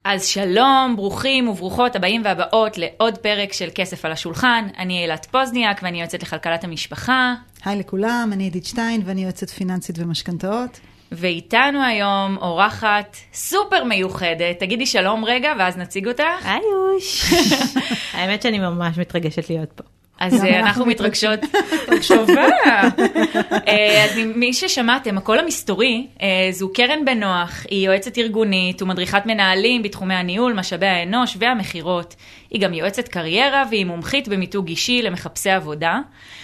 אז שלום, ברוכים וברוכות הבאים והבאות לעוד פרק של כסף על השולחן. אני אילת פוזניאק ואני יועצת לכלכלת המשפחה. היי לכולם, אני עידית שטיין ואני יועצת פיננסית ומשכנתאות. ואיתנו היום אורחת סופר מיוחדת. תגידי שלום רגע ואז נציג אותך. היוש. האמת שאני ממש מתרגשת להיות פה. אז אנחנו מתרגשות. שווה. אז מי ששמעתם, הקול המסתורי, זו קרן בנוח, היא יועצת ארגונית ומדריכת מנהלים בתחומי הניהול, משאבי האנוש והמחירות. היא גם יועצת קריירה והיא מומחית במיתוג אישי למחפשי עבודה.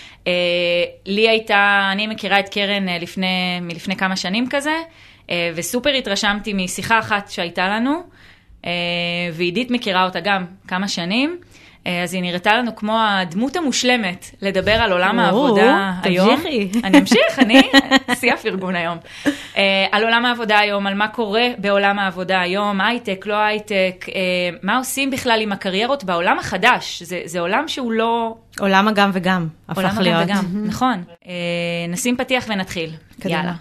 אני מכירה את קרן מלפני כמה שנים כזה, וסופר התרשמתי משיחה אחת שהייתה לנו, ועידית מכירה אותה גם כמה שנים. אז היא נראתה לנו כמו הדמות המושלמת לדבר על עולם העבודה היום. תמשיכי. אני אמשיך, אני סייף ארגון היום. על עולם העבודה היום, על מה קורה בעולם העבודה היום, הייטק, לא הייטק, מה עושים בכלל עם הקריירות בעולם החדש. זה עולם שהוא לא... עולם הגם וגם הפך להיות. עולם הגם וגם, נכון. נשים פתיח ונתחיל. יאללה.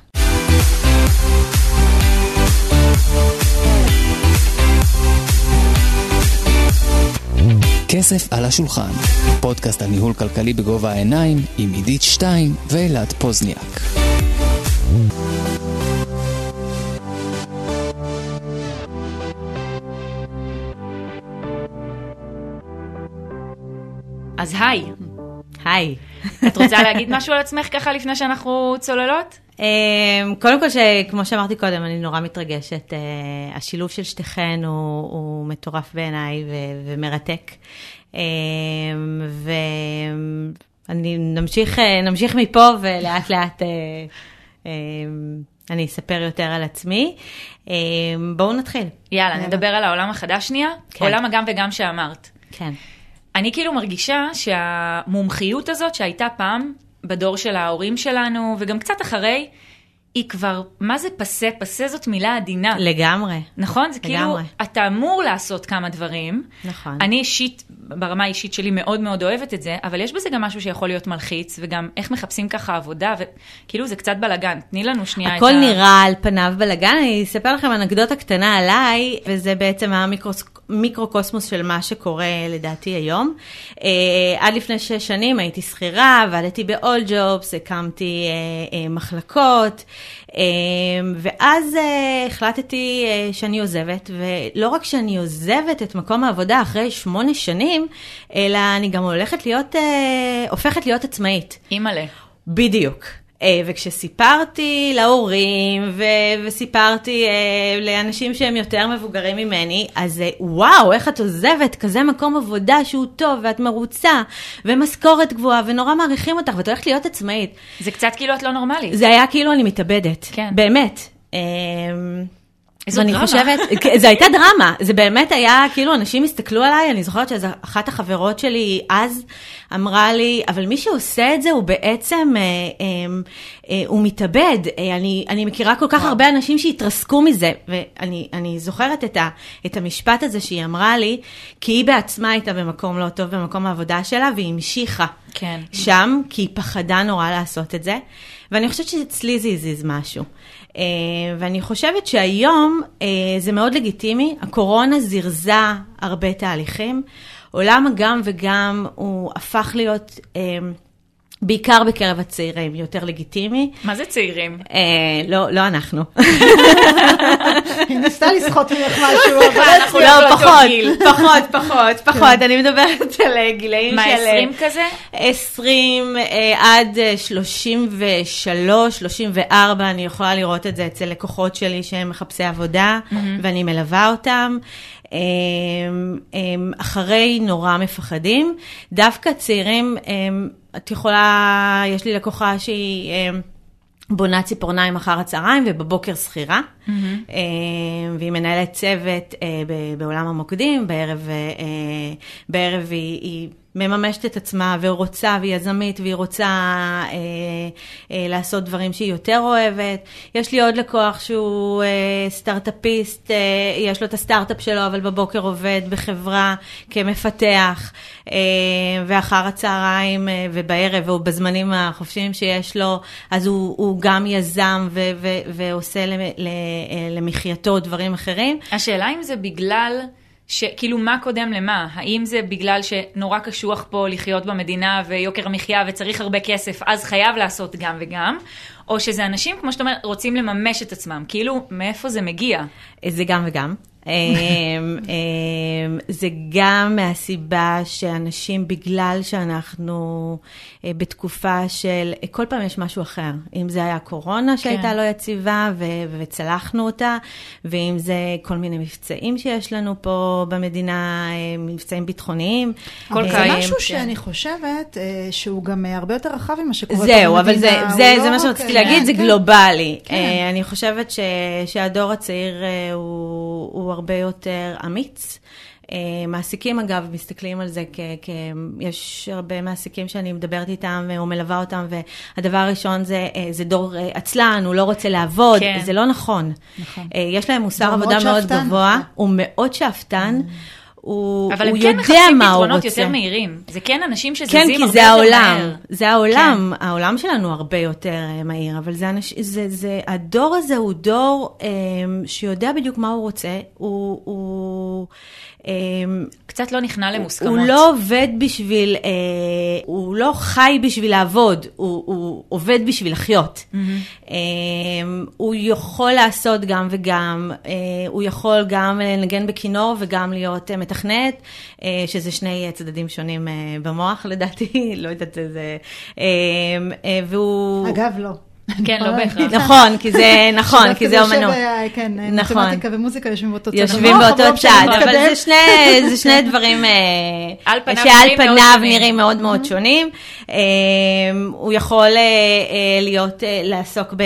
כסף על השולחן, פודקאסט על ניהול כלכלי בגובה העיניים עם עידית שטיין ואילת פוזניאק. אז היי. היי. את רוצה להגיד משהו על עצמך ככה לפני שאנחנו צוללות? קודם כל, כמו שאמרתי קודם, אני נורא מתרגשת. השילוב של שתיכן הוא מטורף בעיניי ומרתק. ואני נמשיך מפה ולאט לאט אני אספר יותר על עצמי. בואו נתחיל. יאללה, נדבר על העולם החדש שנייה. כן. עולם הגם וגם שאמרת. כן. אני כאילו מרגישה שהמומחיות הזאת שהייתה פעם בדור של ההורים שלנו, וגם קצת אחרי, היא כבר, מה זה פסה? פסה זאת מילה עדינה. לגמרי. נכון? זה לגמרי. כאילו, אתה אמור לעשות כמה דברים. נכון. אני אישית, ברמה האישית שלי מאוד מאוד אוהבת את זה, אבל יש בזה גם משהו שיכול להיות מלחיץ, וגם איך מחפשים ככה עבודה, וכאילו זה קצת בלגן. תני לנו שנייה הכל נראה על פניו בלגן. אני אספר לכם אנקדוטה קטנה עליי, וזה בעצם המיקרוקוסמוס של מה שקורה לדעתי היום. עד לפני 6 שנים הייתי שכירה, עבדתי ב-all jobs, הקמתי מחלקות, ואז החלטתי שאני עוזבת, ולא רק שאני עוזבת את מקום העבודה אחרי 8 שנים, אלא אני גם הופכת להיות עצמאית. אימאלה. בדיוק. וכשסיפרתי להורים וסיפרתי לאנשים שהם יותר מבוגרים ממני, אז וואו, איך את עוזבת כזה מקום עבודה שהוא טוב ואת מרוצה ומשכורת גבוהה ונורא מעריכים אותך ואת הולכת להיות עצמאית. זה קצת כאילו את לא נורמלית. זה היה כאילו אני מתאבדת. כן. באמת. איזו דרמה. חושבת, זה הייתה דרמה, זה באמת היה, כאילו אנשים הסתכלו עליי, אני זוכרת שאחת החברות שלי אז אמרה לי, אבל מי שעושה את זה הוא בעצם, הוא מתאבד, אני מכירה כל כך הרבה אנשים שהתרסקו מזה, ואני זוכרת את המשפט הזה שהיא אמרה לי, כי היא בעצמה הייתה במקום לא טוב, במקום העבודה שלה, והיא המשיכה כן. שם, כי היא פחדה נורא לעשות את זה, ואני חושבת שאצלי זה הזיז משהו. ואני חושבת שהיום זה מאוד לגיטימי, הקורונה זירזה הרבה תהליכים, עולם הגם וגם הוא הפך להיות בעיקר בקרב הצעירים יותר לגיטימי. מה זה צעירים? לא אנחנו. היא ניסתה לסחוט ממך משהו, אבל אנחנו לא פחות. אני מדברת על גילאים של... מה, 20 כזה? 20 עד 33, 34, אני יכולה לראות את זה אצל לקוחות שלי שהם מחפשי עבודה, ואני מלווה אותם. אחרי נורא מפחדים. דווקא צעירים, את יכולה, יש לי לקוחה שהיא בונה ציפורניים אחר הצהריים ובבוקר שכירה, והיא מנהלת צוות בעולם המוקדים, בערב היא מממשת את עצמה ורוצה והיא יזמית והיא רוצה לעשות דברים שהיא יותר אוהבת. יש לי עוד לקוח שהוא סטארט-אפיסט, יש לו את הסטארט-אפ שלו, אבל בבוקר עובד בחברה כמפתח, ואחר הצהריים ובערב, או בזמנים החופשיים שיש לו, אז הוא גם יזם ועושה למחייתו דברים אחרים. השאלה אם זה בגלל כאילו מה קודם למה? האם זה בגלל שנורא קשוח פה לחיות במדינה ויוקר המחיה וצריך הרבה כסף, אז חייב לעשות גם וגם, או שזה אנשים, כמו שאתה אומר, רוצים לממש את עצמם? כאילו, מאיפה זה מגיע? זה גם וגם. זה גם מהסיבה שאנשים, בגלל שאנחנו בתקופה של, כל פעם יש משהו אחר. אם זה היה קורונה שהייתה לא יציבה וצלחנו אותה, ואם זה כל מיני מבצעים שיש לנו פה במדינה, מבצעים ביטחוניים. זה משהו שאני חושבת שהוא גם הרבה יותר רחב ממה שקורה פה במדינה. זהו, אבל זה מה שרציתי להגיד, זה גלובלי. אני חושבת שהדור הצעיר הוא הרבה יותר אמיץ. מעסיקים אגב מסתכלים על זה יש הרבה מעסיקים שאני מדברת איתם או מלווה אותם, והדבר הראשון זה דור עצלן, הוא לא רוצה לעבוד, זה לא נכון. יש להם מוסר עבודה מאוד גבוה, הוא מאוד שאפתן, אבל הם כן מחפשים פתרונות יותר מהירים. זה כן אנשים שזזים הרבה יותר מהר. כן, כי זה העולם. זה העולם. העולם שלנו הרבה יותר מהיר, אבל הדור הזה הוא דור שיודע בדיוק מה הוא רוצה. הוא קצת לא נכנע למוסכמות. הוא לא עובד בשביל, הוא לא חי בשביל לעבוד, הוא עובד בשביל לחיות. הוא יכול לעשות גם וגם, הוא יכול גם לנגן בכינור וגם להיות מתכנת, שזה שני צדדים שונים במוח לדעתי, לא יודעת איזה, והוא... אגב, לא. כן, לא בהכרח. נכון, כי זה נכון, כי זה אומנות. כן, מתמטיקה ומוזיקה יושבים באותו צד. יושבים באותו צד, אבל זה שני דברים שעל פניו נראים מאוד מאוד שונים. הוא יכול לעסוק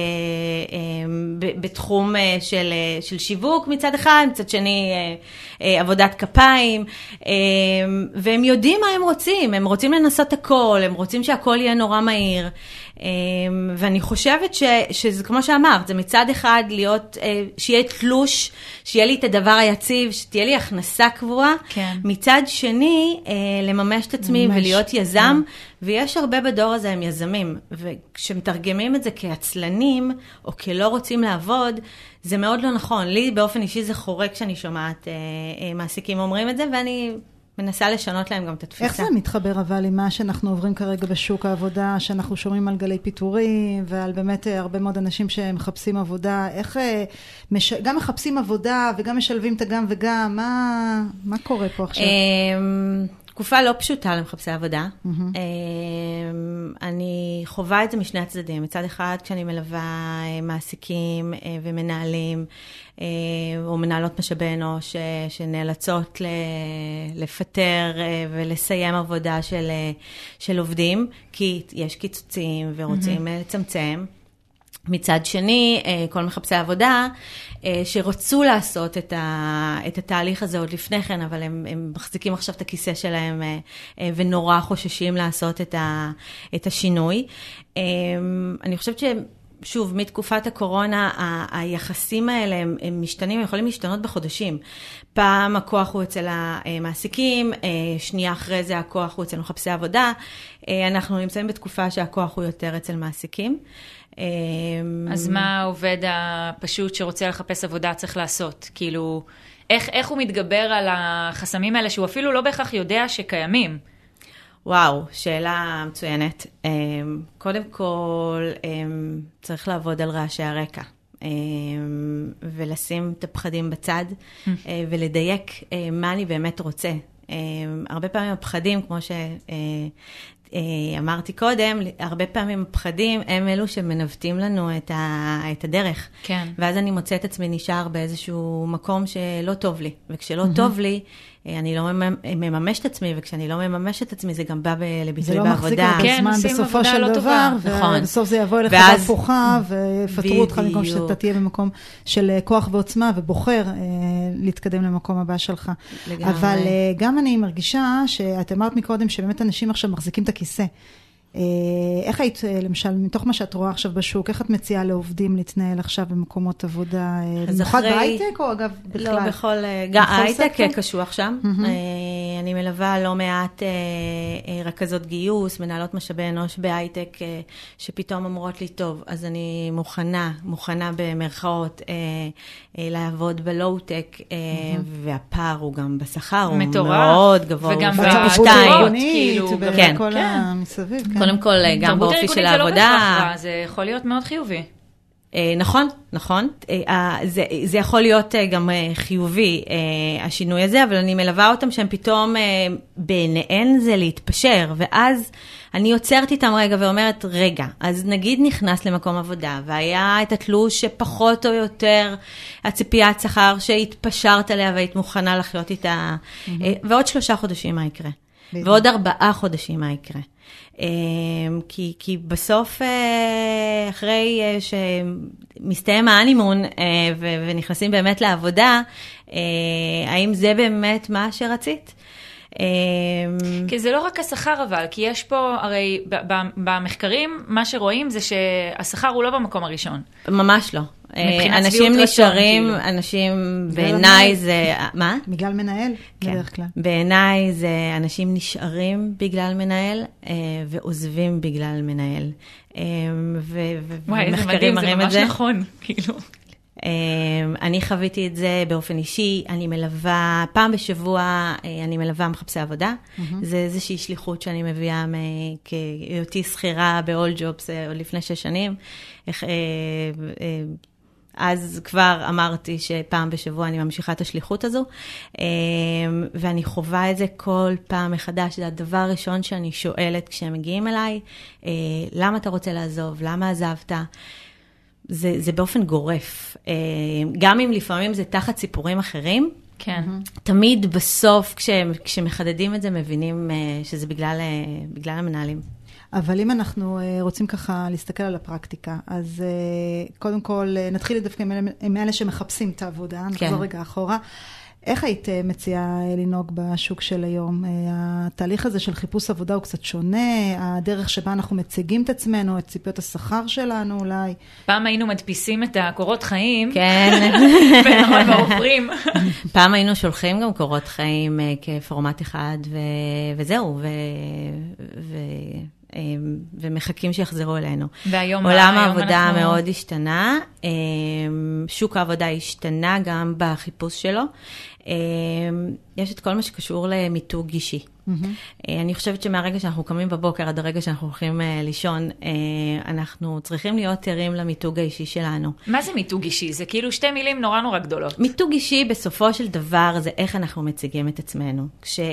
בתחום של שיווק מצד אחד, מצד שני עבודת כפיים, והם יודעים מה הם רוצים לנסות הכל, הם רוצים שהכל יהיה נורא מהיר. ואני חושבת שזה כמו שאמרת, זה מצד אחד להיות, שיהיה תלוש, שיהיה לי את הדבר היציב, שתהיה לי הכנסה קבועה, מצד שני, לממש את עצמי ולהיות יזם, ויש הרבה בדור הזה הם יזמים, וכשמתרגמים את זה כעצלנים, או כלא רוצים לעבוד, זה מאוד לא נכון. לי באופן אישי זה חורק כשאני שומעת מעסיקים אומרים את זה, ואני מנסה לשנות להם גם את התפיסה. איך זה מתחבר אבל עם מה שאנחנו עוברים כרגע בשוק העבודה, שאנחנו שומעים על גלי פיטורים, ועל באמת הרבה מאוד אנשים שמחפשים עבודה, איך גם מחפשים עבודה וגם משלבים את הגם וגם, מה קורה פה עכשיו? תקופה לא פשוטה למחפשי עבודה. אני חווה את זה משני הצדדים. מצד אחד, כשאני מלווה מעסיקים ומנהלים, או מנהלות משאבי אנוש שנאלצות לפטר ולסיים עבודה של עובדים, כי יש קיצוצים ורוצים לצמצם. מצד שני, כל מחפשי העבודה שרצו לעשות את התהליך הזה עוד לפני כן, אבל הם מחזיקים עכשיו את הכיסא שלהם ונורא חוששים לעשות את השינוי. אני חושבת שוב, מתקופת הקורונה, היחסים האלה הם משתנים, הם יכולים להשתנות בחודשים. פעם הכוח הוא אצל המעסיקים, שנייה אחרי זה הכוח הוא אצל מחפשי עבודה. אנחנו נמצאים בתקופה שהכוח הוא יותר אצל מעסיקים. אז מה העובד הפשוט שרוצה לחפש עבודה צריך לעשות? כאילו, איך הוא מתגבר על החסמים האלה שהוא אפילו לא בהכרח יודע שקיימים? וואו, שאלה מצוינת. קודם כל, צריך לעבוד על רעשי הרקע, ולשים את הפחדים בצד, ולדייק מה אני באמת רוצה. הרבה פעמים הפחדים, כמו אמרתי קודם, הרבה פעמים הפחדים הם אלו שמנווטים לנו את הדרך. כן. ואז אני מוצאת עצמי נשאר באיזשהו מקום שלא טוב לי. וכשלא טוב לי, אני לא מממש את עצמי, וכשאני לא מממש את עצמי, זה גם בא לביטוי בעבודה. זה לא מחזיק הרבה זמן בסופו של דבר, ובסוף זה יבוא אליך בהפוכה, ויפטרו אותך במקום שאתה תהיה במקום של כוח ועוצמה, ובוחר להתקדם למקום הבא שלך. אבל גם אני מרגישה, שאת אמרת מקודם, שבאמת אנשים עכשיו מחזיקים את הכיסא. איך היית, למשל, מתוך מה שאת רואה עכשיו בשוק, איך את מציעה לעובדים להתנהל עכשיו במקומות עבודה, במיוחד בהייטק או אגב בכלל? לא, בכל, גם ההייטק קשוח שם. אני מלווה לא מעט רכזות גיוס, מנהלות משאבי אנוש בהייטק, שפתאום אמורות לי טוב, אז אני מוכנה במרכאות לעבוד בלואו-טק, והפער הוא גם בשכר, הוא מאוד גבוה. וגם בתרבות וכל המסביב. קודם כל, גם באופי של העבודה. זה יכול להיות מאוד חיובי. נכון. זה יכול להיות גם חיובי, השינוי הזה, אבל אני מלווה אותם שהם פתאום בעיניהן זה להתפשר, ואז אני יוצרת איתם רגע ואומרת, רגע, אז נגיד נכנס למקום עבודה, והיה את התלוש שפחות או יותר הציפיית שכר שהתפשרת עליה והיית מוכנה לחיות איתה, ועוד 3 חודשים מה יקרה? ועוד 4 חודשים מה יקרה? כי בסוף, אחרי שמסתיים האנימון ונכנסים באמת לעבודה, האם זה באמת מה שרצית? כי זה לא רק השכר אבל, כי יש פה, הרי במחקרים, מה שרואים זה שהשכר הוא לא במקום הראשון. ממש לא. אנשים נשארים, אנשים בעיניי זה, מה? בגלל מנהל, בדרך כלל. בעיניי זה אנשים נשארים בגלל מנהל, ועוזבים בגלל מנהל. ומחקרים מראים את זה. זה ממש נכון, כאילו. אני חוויתי את זה באופן אישי, אני מלווה, פעם בשבוע אני מלווה מחפשי עבודה, זה איזושהי שליחות שאני מביאה כהיותי שכירה ב-All Jobs לפני 6 שנים, אז כבר אמרתי שפעם בשבוע אני ממשיכה את השליחות הזו, ואני חווה את זה כל פעם מחדש, זה הדבר הראשון שאני שואלת כשהם מגיעים אליי, למה אתה רוצה לעזוב, למה עזבת? זה באופן גורף, גם אם לפעמים זה תחת סיפורים אחרים, כן. תמיד בסוף כשמחדדים את זה מבינים שזה בגלל המנהלים. אבל אם אנחנו רוצים ככה להסתכל על הפרקטיקה, אז קודם כל נתחיל דווקא עם אלה שמחפשים את העבודה, נחזור רגע אחורה. איך היית מציעה לנהוג בשוק של היום? התהליך הזה של חיפוש עבודה הוא קצת שונה, הדרך שבה אנחנו מציגים את עצמנו, את ציפיות השכר שלנו אולי. פעם היינו מדפיסים את הקורות חיים. כן. ונכון, ועוברים. פעם היינו שולחים גם קורות חיים כפורמט אחד, וזהו, ומחכים שיחזרו אלינו. עולם העבודה מאוד השתנה, שוק העבודה השתנה גם בחיפוש שלו. יש את כל מה שקשור למיתוג אישי. אני חושבת שמהרגע שאנחנו קמים בבוקר עד הרגע שאנחנו הולכים לישון, אנחנו צריכים להיות ערים למיתוג האישי שלנו. מה זה מיתוג אישי? זה כאילו 2 מילים נורא נורא גדולות. מיתוג אישי בסופו של דבר זה איך אנחנו מציגים את עצמנו.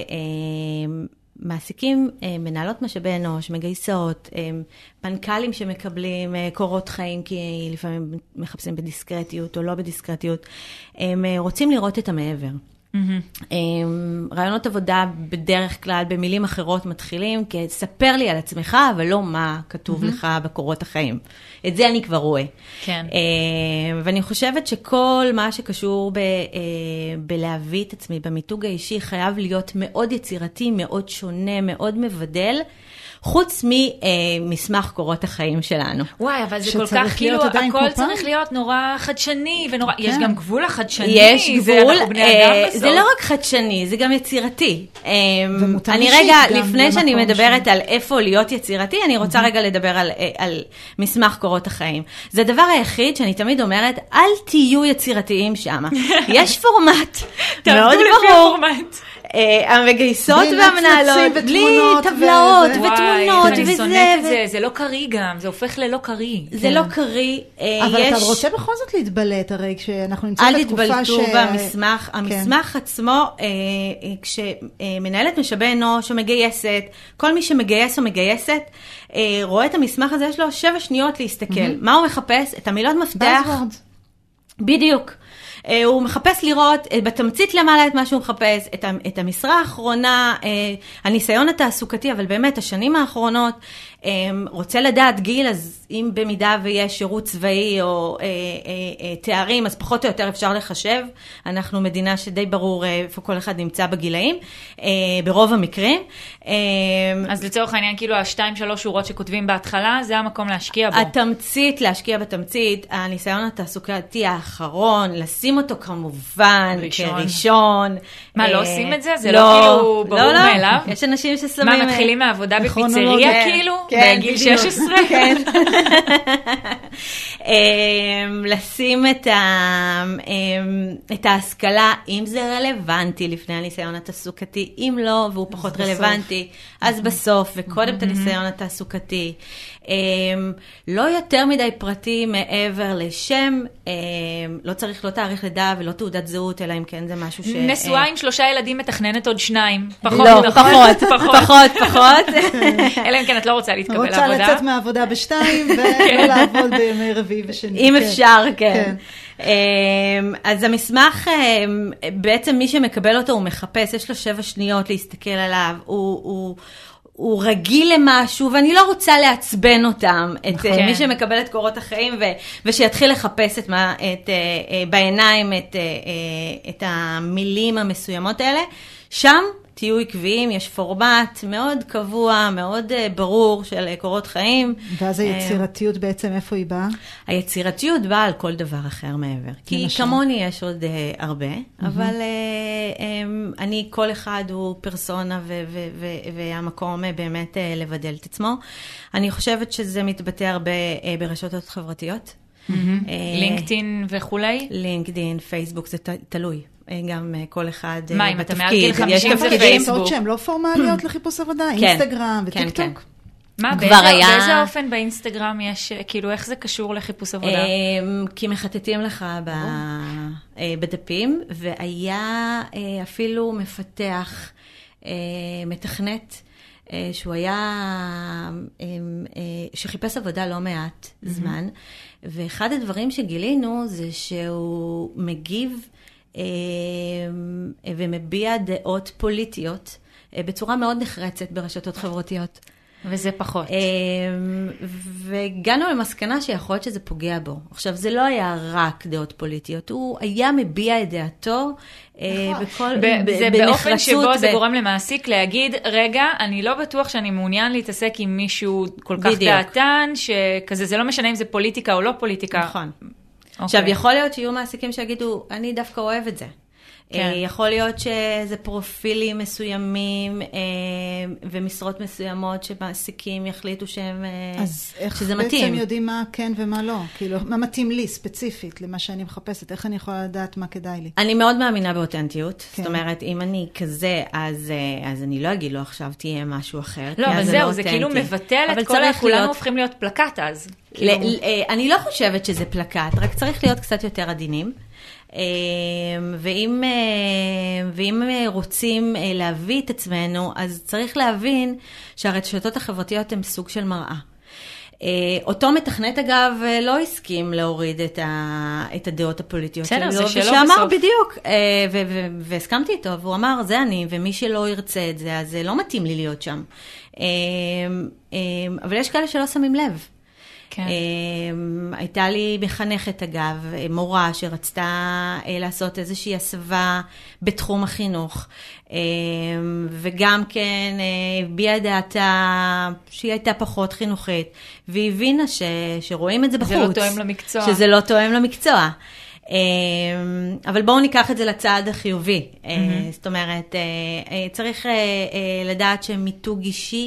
מעסיקים, מנהלות משאבי אנוש, מגייסות, מנכ"לים שמקבלים קורות חיים, כי לפעמים מחפשים בדיסקרטיות או לא בדיסקרטיות, הם רוצים לראות את המעבר. רעיונות עבודה בדרך כלל במילים אחרות מתחילים, כי ספר לי על עצמך, אבל לא מה כתוב לך בקורות החיים. את זה אני כבר רואה. כן. ואני חושבת שכל מה שקשור בלהביא את עצמי במיתוג האישי חייב להיות מאוד יצירתי, מאוד שונה, מאוד מבדל, חוץ ממסמך קורות החיים שלנו. וואי, אבל זה כל כך, כאילו, הכל צריך להיות נורא חדשני, ונורא, יש גם גבול החדשני. יש גבול, זה לא רק חדשני, זה גם יצירתי. אני רגע, לפני שאני מדברת על איפה להיות יצירתי, אני רוצה רגע לדבר על מסמך קורות החיים. זה הדבר היחיד שאני תמיד אומרת, אל תהיו יצירתיים שם. יש פורמט מאוד ברור. המגייסות והמנהלות, בלי טבלאות ותמונות וזה. אני שונאת את זה, זה לא קרי גם, זה הופך ללא קרי. זה לא קרי. אבל אתה רוצה בכל זאת להתבלט, הרי כשאנחנו נמצאים בתקופה ש... אל תתבלטו במסמך. המסמך עצמו, כשמנהלת משאבי אנוש שמגייסת, כל מי שמגייס או מגייסת, רואה את המסמך הזה, יש לו 7 שניות להסתכל. מה הוא מחפש? את המילות מפתח. בדיוק. הוא מחפש לראות בתמצית למעלה את מה שהוא מחפש, את המשרה האחרונה, הניסיון התעסוקתי, אבל באמת השנים האחרונות, רוצה לדעת גיל, אז אם במידה ויש שירות צבאי או תארים, אז פחות או יותר אפשר לחשב. אנחנו מדינה שדי ברור איפה כל אחד נמצא בגילאים, ברוב המקרים. אז לצורך העניין, כאילו 2-3 שורות שכותבים בהתחלה, זה המקום להשקיע בו. התמצית, להשקיע בתמצית, הניסיון התעסוקתי האחרון, לשים אותו כמובן כראשון. מה, לא עושים את זה? זה לא כאילו ברור מאליו? יש אנשים ששמים... מה, מתחילים מהעבודה בפיצריה כאילו? בגיל 16? כן. לשים את ההשכלה, אם זה רלוונטי לפני הניסיון התעסוקתי, אם לא, והוא פחות רלוונטי, אז בסוף, וקודם את הניסיון התעסוקתי. לא יותר מדי פרטי מעבר לשם, לא צריך לא תאריך לידה ולא תעודת זהות, אלא אם כן זה משהו ש... נשואה עם 3 ילדים מתכננת עוד 2. לא, פחות. אלא אם כן את לא רוצה להתקבל לעבודה. לעבודה. רוצה לצאת מהעבודה ב2 ולא לעבוד בימי רביעי ושני. אם אפשר, כן. אז המסמך, בעצם מי שמקבל אותו הוא מחפש, יש לו 7 שניות להסתכל עליו, הוא רגיל למשהו, ואני לא רוצה לעצבן אותם, את מי שמקבל את קורות החיים, ושיתחיל לחפש בעיניים את המילים המסוימות האלה. שם תהיו עקביים, יש פורמט מאוד קבוע, מאוד ברור של קורות חיים. ואז היצירתיות בעצם איפה היא באה? היצירתיות באה על כל דבר אחר מעבר. כי כמוני יש עוד הרבה, אבל אני, כל אחד הוא פרסונה והמקום באמת לבדל את עצמו. אני חושבת שזה מתבטא הרבה ברשתות חברתיות. לינקדאין וכולי? לינקדאין, פייסבוק, זה תלוי. גם כל אחד בתפקיד. מה, אם אתה מעל גיל 50 זה פייסבוק? יש תפקידים שהן לא פורמליות לחיפוש עבודה, אינסטגרם וטיקטוק. מה, באיזה אופן באינסטגרם יש, כאילו איך זה קשור לחיפוש עבודה? כי מחטטים לך בדפים, והיה אפילו מפתח, מתכנת, שהוא היה, שחיפש עבודה לא מעט זמן, ואחד הדברים שגילינו זה שהוא מגיב ומביע דעות פוליטיות בצורה מאוד נחרצת ברשתות חברתיות. וזה פחות. והגענו למסקנה שיכול להיות שזה פוגע בו. עכשיו, זה לא היה רק דעות פוליטיות, הוא היה מביע את דעתו זה באופן שבו זה גורם למעסיק להגיד, רגע, אני לא בטוח שאני מעוניין להתעסק עם מישהו כל כך דעתן, שכזה זה לא משנה אם זה פוליטיקה או לא פוליטיקה. נכון. עכשיו, יכול להיות שיהיו מעסיקים שיגידו, אני דווקא אוהב את זה. יכול להיות שזה פרופילים מסוימים ומשרות מסוימות שמעסיקים יחליטו שזה מתאים. אז איך בעצם יודעים מה כן ומה לא? כאילו, מה מתאים לי ספציפית למה שאני מחפשת? איך אני יכולה לדעת מה כדאי לי? אני מאוד מאמינה באותנטיות. זאת אומרת, אם אני כזה, אז אני לא אגיד לו עכשיו תהיה משהו אחר. לא, אבל זהו, זה כאילו מבטל את כל כולנו הופכים להיות פלקט אז. אני לא חושבת שזה פלקט, רק צריך להיות קצת יותר עדינים. ואם רוצים להביא את עצמנו, אז צריך להבין שהרשתות החברתיות הן סוג של מראה. אותו מתכנת אגב לא הסכים להוריד את הדעות הפוליטיות שלו, ושאמר בדיוק, והסכמתי איתו, והוא אמר, זה אני, ומי שלא ירצה את זה, אז זה לא מתאים לי להיות שם. אבל יש כאלה שלא שמים לב. כן. הייתה לי מחנכת אגב, מורה שרצתה לעשות איזושהי הסבה בתחום החינוך, וגם כן הביעה דעתה שהיא הייתה פחות חינוכית, והיא הבינה שרואים את זה בחוץ. זה לא תואם למקצוע. שזה לא תואם למקצוע. אבל בואו ניקח את זה לצעד החיובי. זאת אומרת, צריך לדעת שמיתוג אישי,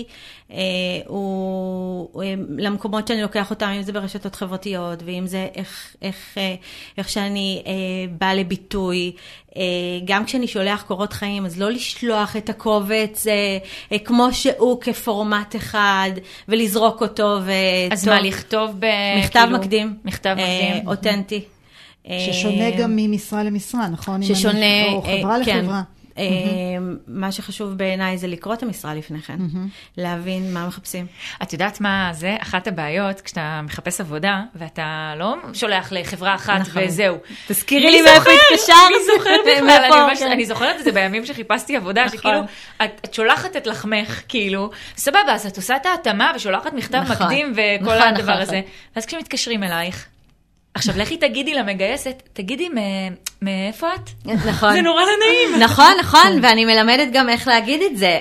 הוא למקומות שאני לוקח אותם, אם זה ברשתות חברתיות, ואם זה איך שאני באה לביטוי, גם כשאני שולח קורות חיים, אז לא לשלוח את הקובץ כמו שהוא כפורמט אחד, ולזרוק אותו. אז מה, לכתוב מכתב מקדים. מכתב מקדים. אותנטי. ששונה גם ממשרה למשרה, נכון? ששונה, או חברה לחברה. מה שחשוב בעיניי זה לקרוא את המשרה לפני כן, להבין מה מחפשים. את יודעת מה זה? אחת הבעיות, כשאתה מחפש עבודה, ואתה לא שולח לחברה אחת וזהו. תזכירי לי מאיפה התקשר. מי זוכר בכלל? אני זוכרת את זה בימים שחיפשתי עבודה, שכאילו, את שולחת את לחמך, כאילו, סבבה, אז את עושה את ההתאמה ושולחת מכתב מקדים וכל הדבר הזה. ואז כשמתקשרים אלייך, עכשיו, לכי תגידי למגייסת, תגידי מאיפה את? נכון. זה נורא לא נעים. נכון, ואני מלמדת גם איך להגיד את זה.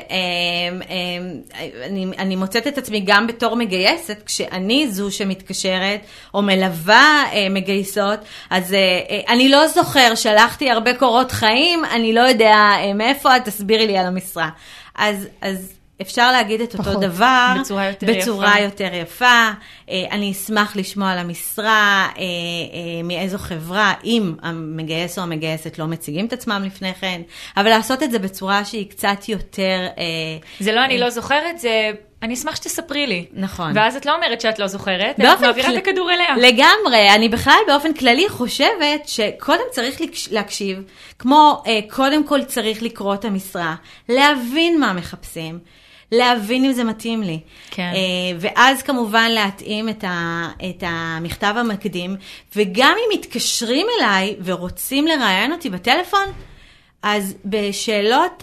אני מוצאת את עצמי גם בתור מגייסת, כשאני זו שמתקשרת, או מלווה מגייסות, אז אני לא זוכר, שלחתי הרבה קורות חיים, אני לא יודע מאיפה את, תסבירי לי על המשרה. אז אפשר להגיד את אותו דבר בצורה יותר יפה. אני אשמח לשמוע על המשרה, מאיזו חברה, אם המגייס או המגייסת לא מציגים את עצמם לפני כן, אבל לעשות את זה בצורה שהיא קצת יותר... זה לא אני לא זוכרת, זה... אני אשמח שתספרי לי. נכון. ואז את לא אומרת שאת לא זוכרת, את מעבירה את הכדור אליה. לגמרי. אני בכלל באופן כללי חושבת שקודם צריך להקשיב, כמו קודם כל צריך לקרוא את המשרה, להבין מה מחפשים, להבין אם זה מתאים לי. כן. ואז כמובן להתאים את המכתב המקדים, וגם אם מתקשרים אליי ורוצים לראיין אותי בטלפון, אז בשאלות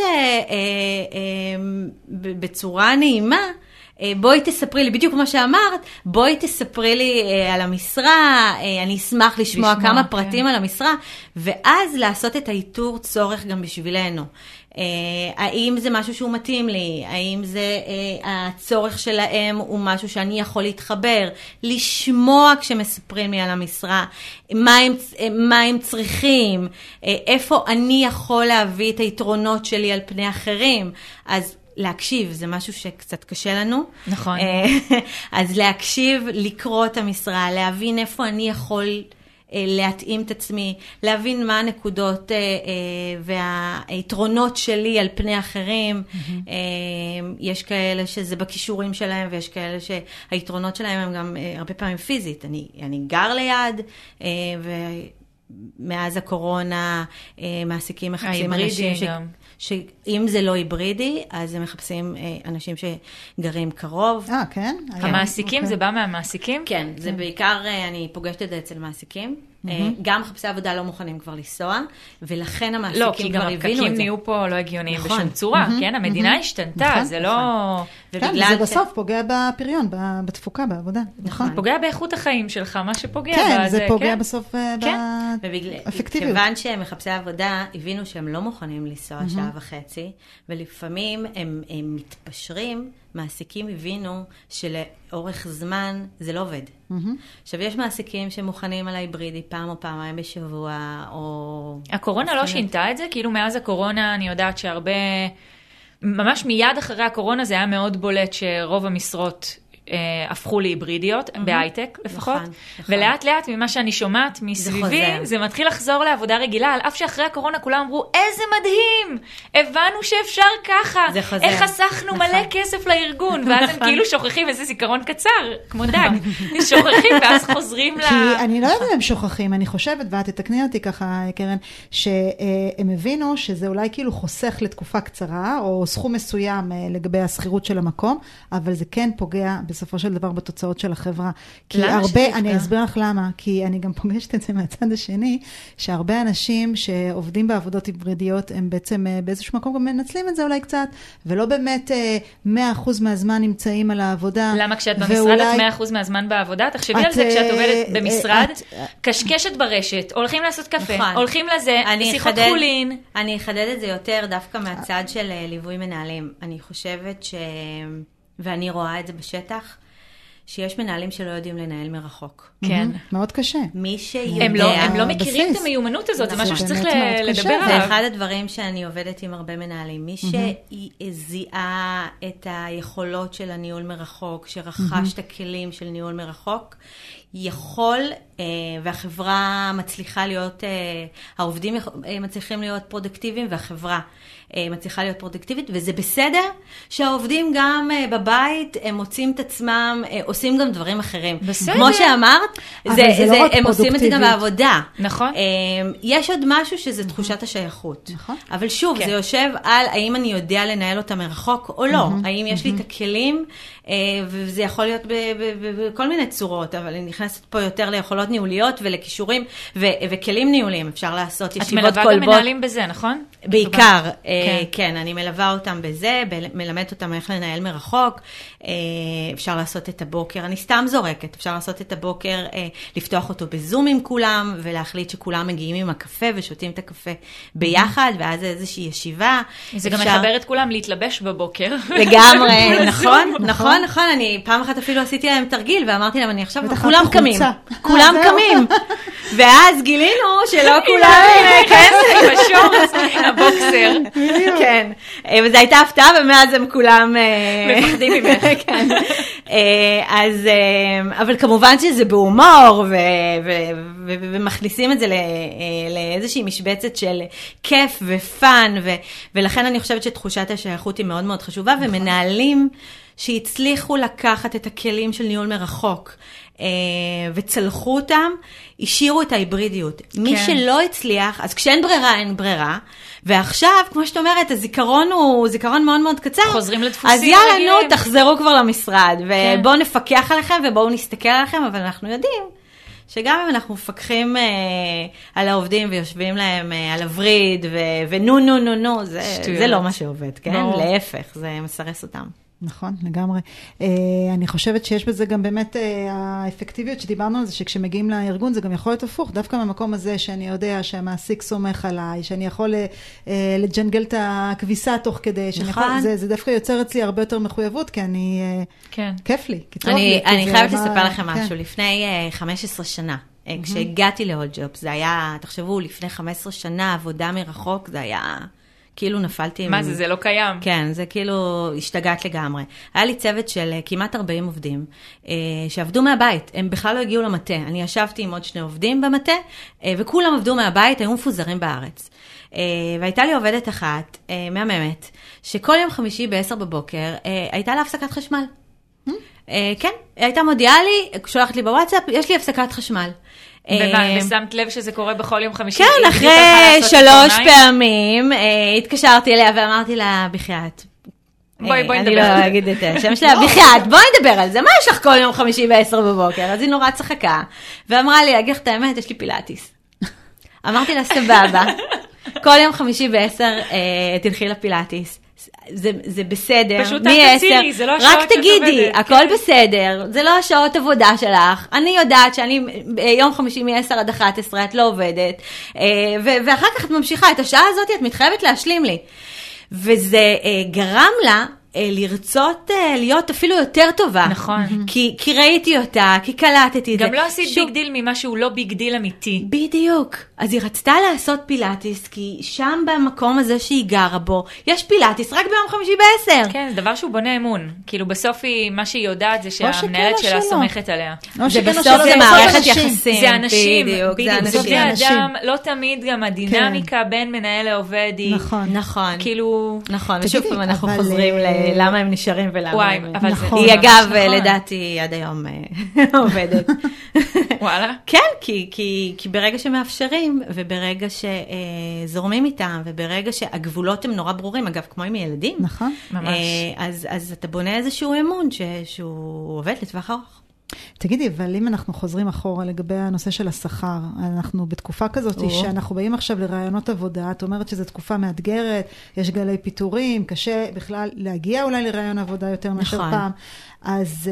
בצורה נעימה, בואי תספרי לי, בדיוק כמו שאמרת, בואי תספרי לי על המשרה, אני אשמח לשמוע כמה פרטים על המשרה, ואז לעשות את האיתור צורך גם בשבילנו. האם זה משהו שהוא מתאים לי? האם זה הצורך שלהם הוא משהו שאני יכול להתחבר? לשמוע כשמספרים לי על המשרה, מה הם צריכים? איפה אני יכול להביא את היתרונות שלי על פני אחרים? אז להקשיב, זה משהו שקצת קשה לנו. נכון. אז להקשיב, לקרוא את המשרה, להבין איפה אני יכול להתאים את עצמי, להבין מה הנקודות והיתרונות שלי על פני אחרים. יש כאלה שזה בכישורים שלהם, ויש כאלה שהיתרונות שלהם הם גם הרבה פעמים פיזית. אני גר ליד, ומאז הקורונה מעסיקים מחפשים אנשים שאם זה לא היברידי, אז הם מחפשים אנשים שגרים קרוב. כן? המעסיקים, זה בא מהמעסיקים? כן, זה בעיקר, אני פוגשת את זה אצל מעסיקים. גם מחפשי עבודה לא מוכנים כבר לנסוע, ולכן המעסיקים כבר הבינו את זה. לא, כי גם הפקקים נהיו פה לא הגיוניים בשום צורה, כן? המדינה השתנתה, זה לא... כן, זה בסוף פוגע בפריון, בתפוקה, בעבודה. נכון. פוגע באיכות החיים שלך, מה שפוגע. כן, זה פוגע בסוף באפקטיביות. כיוון שמחפשי עבודה הבינו שהם לא מוכנים לנסוע שעה וחצי, ולפעמים הם מתפשרים, מעסיקים הבינו שלאורך זמן זה לא עובד. עכשיו, יש מעסיקים שמוכנים על ההיברידי פעם או פעמיים בשבוע, או... הקורונה לא שינתה את זה? כאילו מאז הקורונה אני יודעת שהרבה... ממש מיד אחרי הקורונה זה היה מאוד בולט שרוב המשרות הפכו להיברידיות, בהייטק לפחות, ולאט לאט ממה שאני שומעת מסביבי, זה מתחיל לחזור לעבודה רגילה, על אף שאחרי הקורונה כולם אמרו, איזה מדהים, הבנו שאפשר ככה, איך חסכנו מלא כסף לארגון, ואז הם כאילו שוכחים איזה זיכרון קצר, כמו דג, שוכחים ואז חוזרים ל... כי אני לא יודעת אם הם שוכחים, אני חושבת, ואת תתקני אותי ככה, קרן, שהם הבינו שזה אולי כאילו חוסך לתקופה קצרה, או סכום מסוים לגבי הסחירות של המקום, אבל זה כן פוגע בסופו של דבר בתוצאות של החברה. כי הרבה, אני אסביר לך למה, כי אני גם פוגשת את זה מהצד השני, שהרבה אנשים שעובדים בעבודות היברידיות, הם בעצם באיזשהו מקום גם מנצלים את זה אולי קצת, ולא באמת 100% מהזמן נמצאים על העבודה. למה כשאת במשרד את 100% מהזמן בעבודה? תחשבי על זה כשאת עובדת במשרד, קשקשת ברשת, הולכים לעשות קפה, הולכים לזה, שיחות חולין. אני אחדד את זה יותר דווקא מהצד של ליווי מנהלים. אני חושבת ואני רואה את זה בשטח, שיש מנהלים שלא יודעים לנהל מרחוק. כן. מאוד קשה. מי שיודע... הם לא מכירים את המיומנות הזאת, זה משהו שצריך לדבר עליו. זה אחד הדברים שאני עובדת עם הרבה מנהלים. מי שזיהה את היכולות של הניהול מרחוק, שרכש את הכלים של ניהול מרחוק, יכול, והחברה מצליחה להיות, העובדים מצליחים להיות פרודקטיביים, והחברה מצליחה להיות פרודקטיבית, וזה בסדר שהעובדים גם בבית, הם מוצאים את עצמם, עושים גם דברים אחרים. בסדר. כמו שאמרת, הם עושים את זה גם בעבודה. נכון. יש עוד משהו שזה תחושת השייכות. נכון. אבל שוב, זה יושב על האם אני יודע לנהל אותה מרחוק או לא. האם יש לי את הכלים, וזה יכול להיות בכל מיני צורות, אבל אני נכנסת פה יותר ליכולות ניהוליות ולכישורים וכלים ניהוליים. אפשר לעשות ישיבות את מלווה גם מנהלים בזה, נכון? בעיקר, כן, אני מלווה אותם בזה, מלמדת אותם איך לנהל מרחוק, אפשר לעשות את הבוקר, אני סתם זורקת, אפשר לעשות את הבוקר, לפתוח אותו בזום עם כולם, ולהחליט שכולם מגיעים עם הקפה ושותים את הקפה ביחד, ואז איזושהי ישיבה. זה גם מחבר את כולם להתלבש בבוקר. לגמרי, נכון, אני פעם אחת אפילו עשיתי להם תרגיל, ואמרתי להם, אני עכשיו, כולם קמים, ואז גילינו שלא כולם, כן, בשורץ, הבוקסר. כן, וזו הייתה הפתעה, ומאז הם כולם מפחדים ממך. כן. אז, אבל כמובן שזה בהומור, ומכניסים את זה לאיזושהי משבצת של כיף ופן, ולכן אני חושבת שתחושת השייכות היא מאוד מאוד חשובה, ומנהלים שהצליחו לקחת את הכלים של ניהול מרחוק, וצלחו אותם, השאירו את ההיברידיות. מי שלא הצליח, אז כשאין ברירה, אין ברירה, ועכשיו, כמו שאת אומרת, הזיכרון הוא זיכרון מאוד מאוד קצר. חוזרים לדפוסים. אז יאללה, תחזרו כבר למשרד, ובואו נפקח עליכם, ובואו נסתכל עליכם, אבל אנחנו יודעים שגם אם אנחנו מפקחים על העובדים, ויושבים להם על הווריד, ונו, זה לא מה שעובד, כן? להפך, זה מסרס אותם. נכון, לגמרי. אני חושבת שיש בזה גם באמת האפקטיביות שדיברנו על זה, שכשמגיעים לארגון זה גם יכול להיות הפוך, דווקא במקום הזה שאני יודע שהמעסיק סומך עליי, שאני יכול לג'נגל את הכביסה תוך כדי, זה דווקא יוצר אצלי הרבה יותר מחויבות, כי אני, כיף לי. אני חייבת לספר לכם משהו, לפני 15 שנה, כשהגעתי להולג'ופ, זה היה, תחשבו, לפני 15 שנה, עבודה מרחוק, זה היה... כאילו נפלתי... מה זה לא קיים? כן, זה כאילו השתגעת לגמרי. היה לי צוות של כמעט 40 עובדים, שעבדו מהבית, הם בכלל לא הגיעו למטה. אני ישבתי עם עוד 2 עובדים במטה, וכולם עבדו מהבית, היו מפוזרים בארץ. והייתה לי עובדת אחת, מהממת, שכל יום חמישי ב-10 בבוקר, הייתה לה הפסקת חשמל. כן, הייתה מודיעה לי, שולחת לי בוואטסאפ, יש לי הפסקת חשמל. ושמת לב שזה קורה בכל יום חמישי? כן, אחרי 3 פעמים התקשרתי אליה ואמרתי לה, בחייאת. בואי נדבר. אני לא אגיד את השם שלה, בחייאת, בואי נדבר על זה, מה יש לך כל יום חמישי ב-10 בבוקר? אז היא נורא צחקה, ואמרה לי, אגיד לך את האמת, יש לי פילאטיס. אמרתי לה, סבבה, כל יום חמישי ב-10 תלכי לפילאטיס. זה בסדר, פשוט אל תצילי, זה לא השעות רק תגידי, הכל בסדר, זה לא השעות עבודה שלך, אני יודעת שאני יום חמישי מ-10 עד 11 את לא עובדת, ואחר כך את ממשיכה, את השעה הזאת את מתחייבת להשלים לי, וזה גרם לה לרצות להיות אפילו יותר טובה. נכון. כי ראיתי אותה, כי קלטתי את זה. גם לא עשית ביג דיל ממה שהוא לא ביג דיל אמיתי. בדיוק. אז היא רצתה לעשות פילאטיס, כי שם במקום הזה שהיא גרה בו, יש פילאטיס רק ביום חמישי ב-10. כן, זה דבר שהוא בונה אמון. כאילו בסוף מה שהיא יודעת זה שהמנהלת שלה סומכת עליה. זה בסוף זה מערכת יחסים. זה אנשים. בדיוק, זה בני אדם, לא תמיד גם הדינמיקה בין מנהל לעובד היא... נכון. כאילו... נכון, ושוב פעם אנחנו חוזרים למה הם נשארים ולמה הם... היא אגב, לדעתי עד היום עובדת. וואלה. כן, כי ברגע שמאפשרים, וברגע שזורמים איתם, וברגע שהגבולות הם נורא ברורים, אגב, כמו עם ילדים. נכון. ממש. אז אתה בונה איזשהו אמון שהוא עובד לטווח ארוך. תגידי, אבל אם אנחנו חוזרים אחורה לגבי הנושא של השכר, אנחנו בתקופה כזאת שאנחנו באים עכשיו לרעיונות עבודה, את אומרת שזו תקופה מאתגרת, יש גלי פיטורים, קשה בכלל להגיע אולי לרעיון עבודה יותר מאשר פעם. אז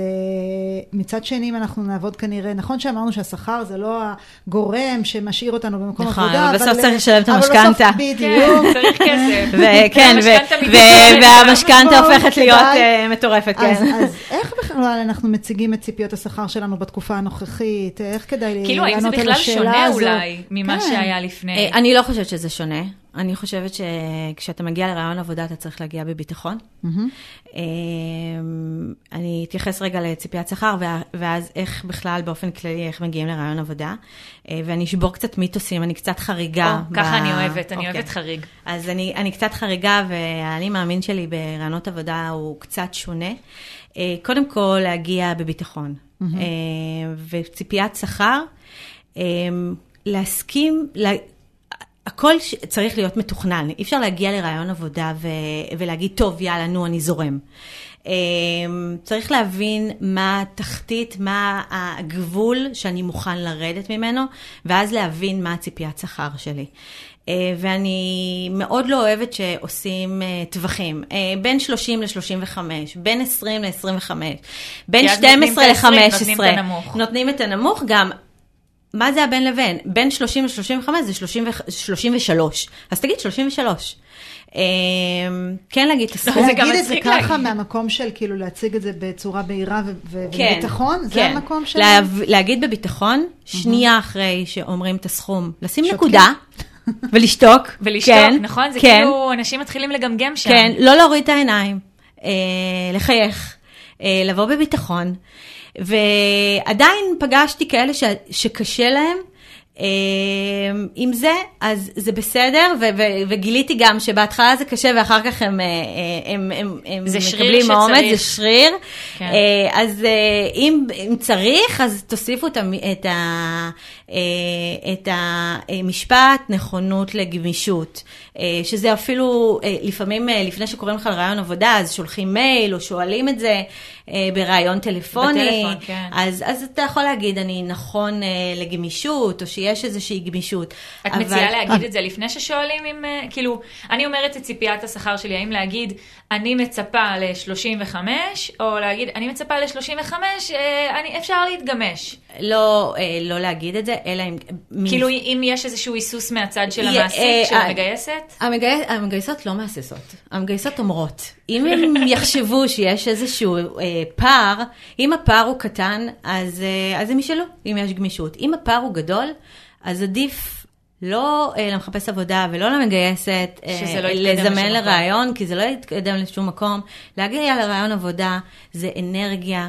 מצד שני, אם אנחנו נעבוד כנראה, נכון שאמרנו שהשכר זה לא הגורם שמשאיר אותנו במקום עבודה, אבל בסוף צריך לשלם את המשכנתה. בדיוק. צריך כסף. וכן, והמשכנתה הופכת להיות מטורפת, כן. אז איך בכלל אנחנו מציגים את ציפיות השכר שלנו בתקופה הנוכחית? איך כדאי כאילו, האם זה בכלל שונה אולי ממה שהיה לפני? אני לא חושבת שזה שונה. אני חושבת שכשאתה מגיע לרעיון עבודה, אתה צריך להגיע בביטחון. אני אתייחס רגע לציפיית שכר, ואז איך בכלל, באופן כללי, איך מגיעים לרעיון עבודה. ואני אשבור קצת מיתוסים, אני קצת חריגה. ככה אני אוהבת, אני אוהבת חריג. אז אני קצת חריגה, ואני מאמין שלי ברעיונות עבודה הוא קצת שונה. קודם כל, להגיע בביטחון. וציפיית שכר, להסכים, הכל צריך להיות מתוכנן. אי אפשר להגיע לרעיון עבודה ולהגיד, טוב, יאללה, נו, אני זורם. צריך להבין מה התחתית, מה הגבול שאני מוכן לרדת ממנו, ואז להבין מה הציפיית שכר שלי. ואני מאוד לא אוהבת שעושים טווחים, בין 30 ל-35, בין 20 ל-25, בין 12 ל-15, נותנים את הנמוך גם, מה זה הבין לבין? בין 30 ל-35 זה 33, אז תגיד 33. כן להגיד את הסכום. להגיד את זה ככה מהמקום של כאילו להציג את זה בצורה בהירה ובביטחון, זה המקום של... להגיד בביטחון, שנייה אחרי שאומרים את הסכום, לשים נקודה, ולשתוק. ולשתוק, נכון? זה כאילו אנשים מתחילים לגמגם שם. כן, לא להוריד את העיניים, לחייך, לבוא בביטחון, ועדיין פגשתי כאלה שקשה להם, עם זה, אז זה בסדר, וגיליתי גם שבהתחלה זה קשה, ואחר כך הם מקבלים מעומד, זה שריר. אז אם צריך, אז תוסיפו את המשפט נכונות לגמישות, שזה אפילו לפעמים לפני שקוראים לך לרעיון עבודה, אז שולחים מייל או שואלים את זה ברעיון טלפוני, אז אתה יכול להגיד אני נכון לגמישות, או שיש איזושהי גמישות. את מציעה להגיד את זה לפני ששואלים אם, כאילו, אני אומרת את ציפיית השכר שלי, האם להגיד אני מצפה ל-35, או להגיד אני מצפה ל-35, אפשר להתגמש. לא להגיד את זה, אלא אם... כאילו אם יש איזשהו היסוס מהצד של המעסיק, של המגייסת? המגייסות לא מעססות, המגייסות אומרות. אם הם יחשבו שיש איזשהו פער, אם הפער הוא קטן, אז הם ישאלו אם יש גמישות. אם הפער הוא גדול, אז עדיף לא למחפש עבודה ולא למגייסת, לזמן לרעיון, כי זה לא יתקדם לשום מקום. להגיע לרעיון עבודה זה אנרגיה,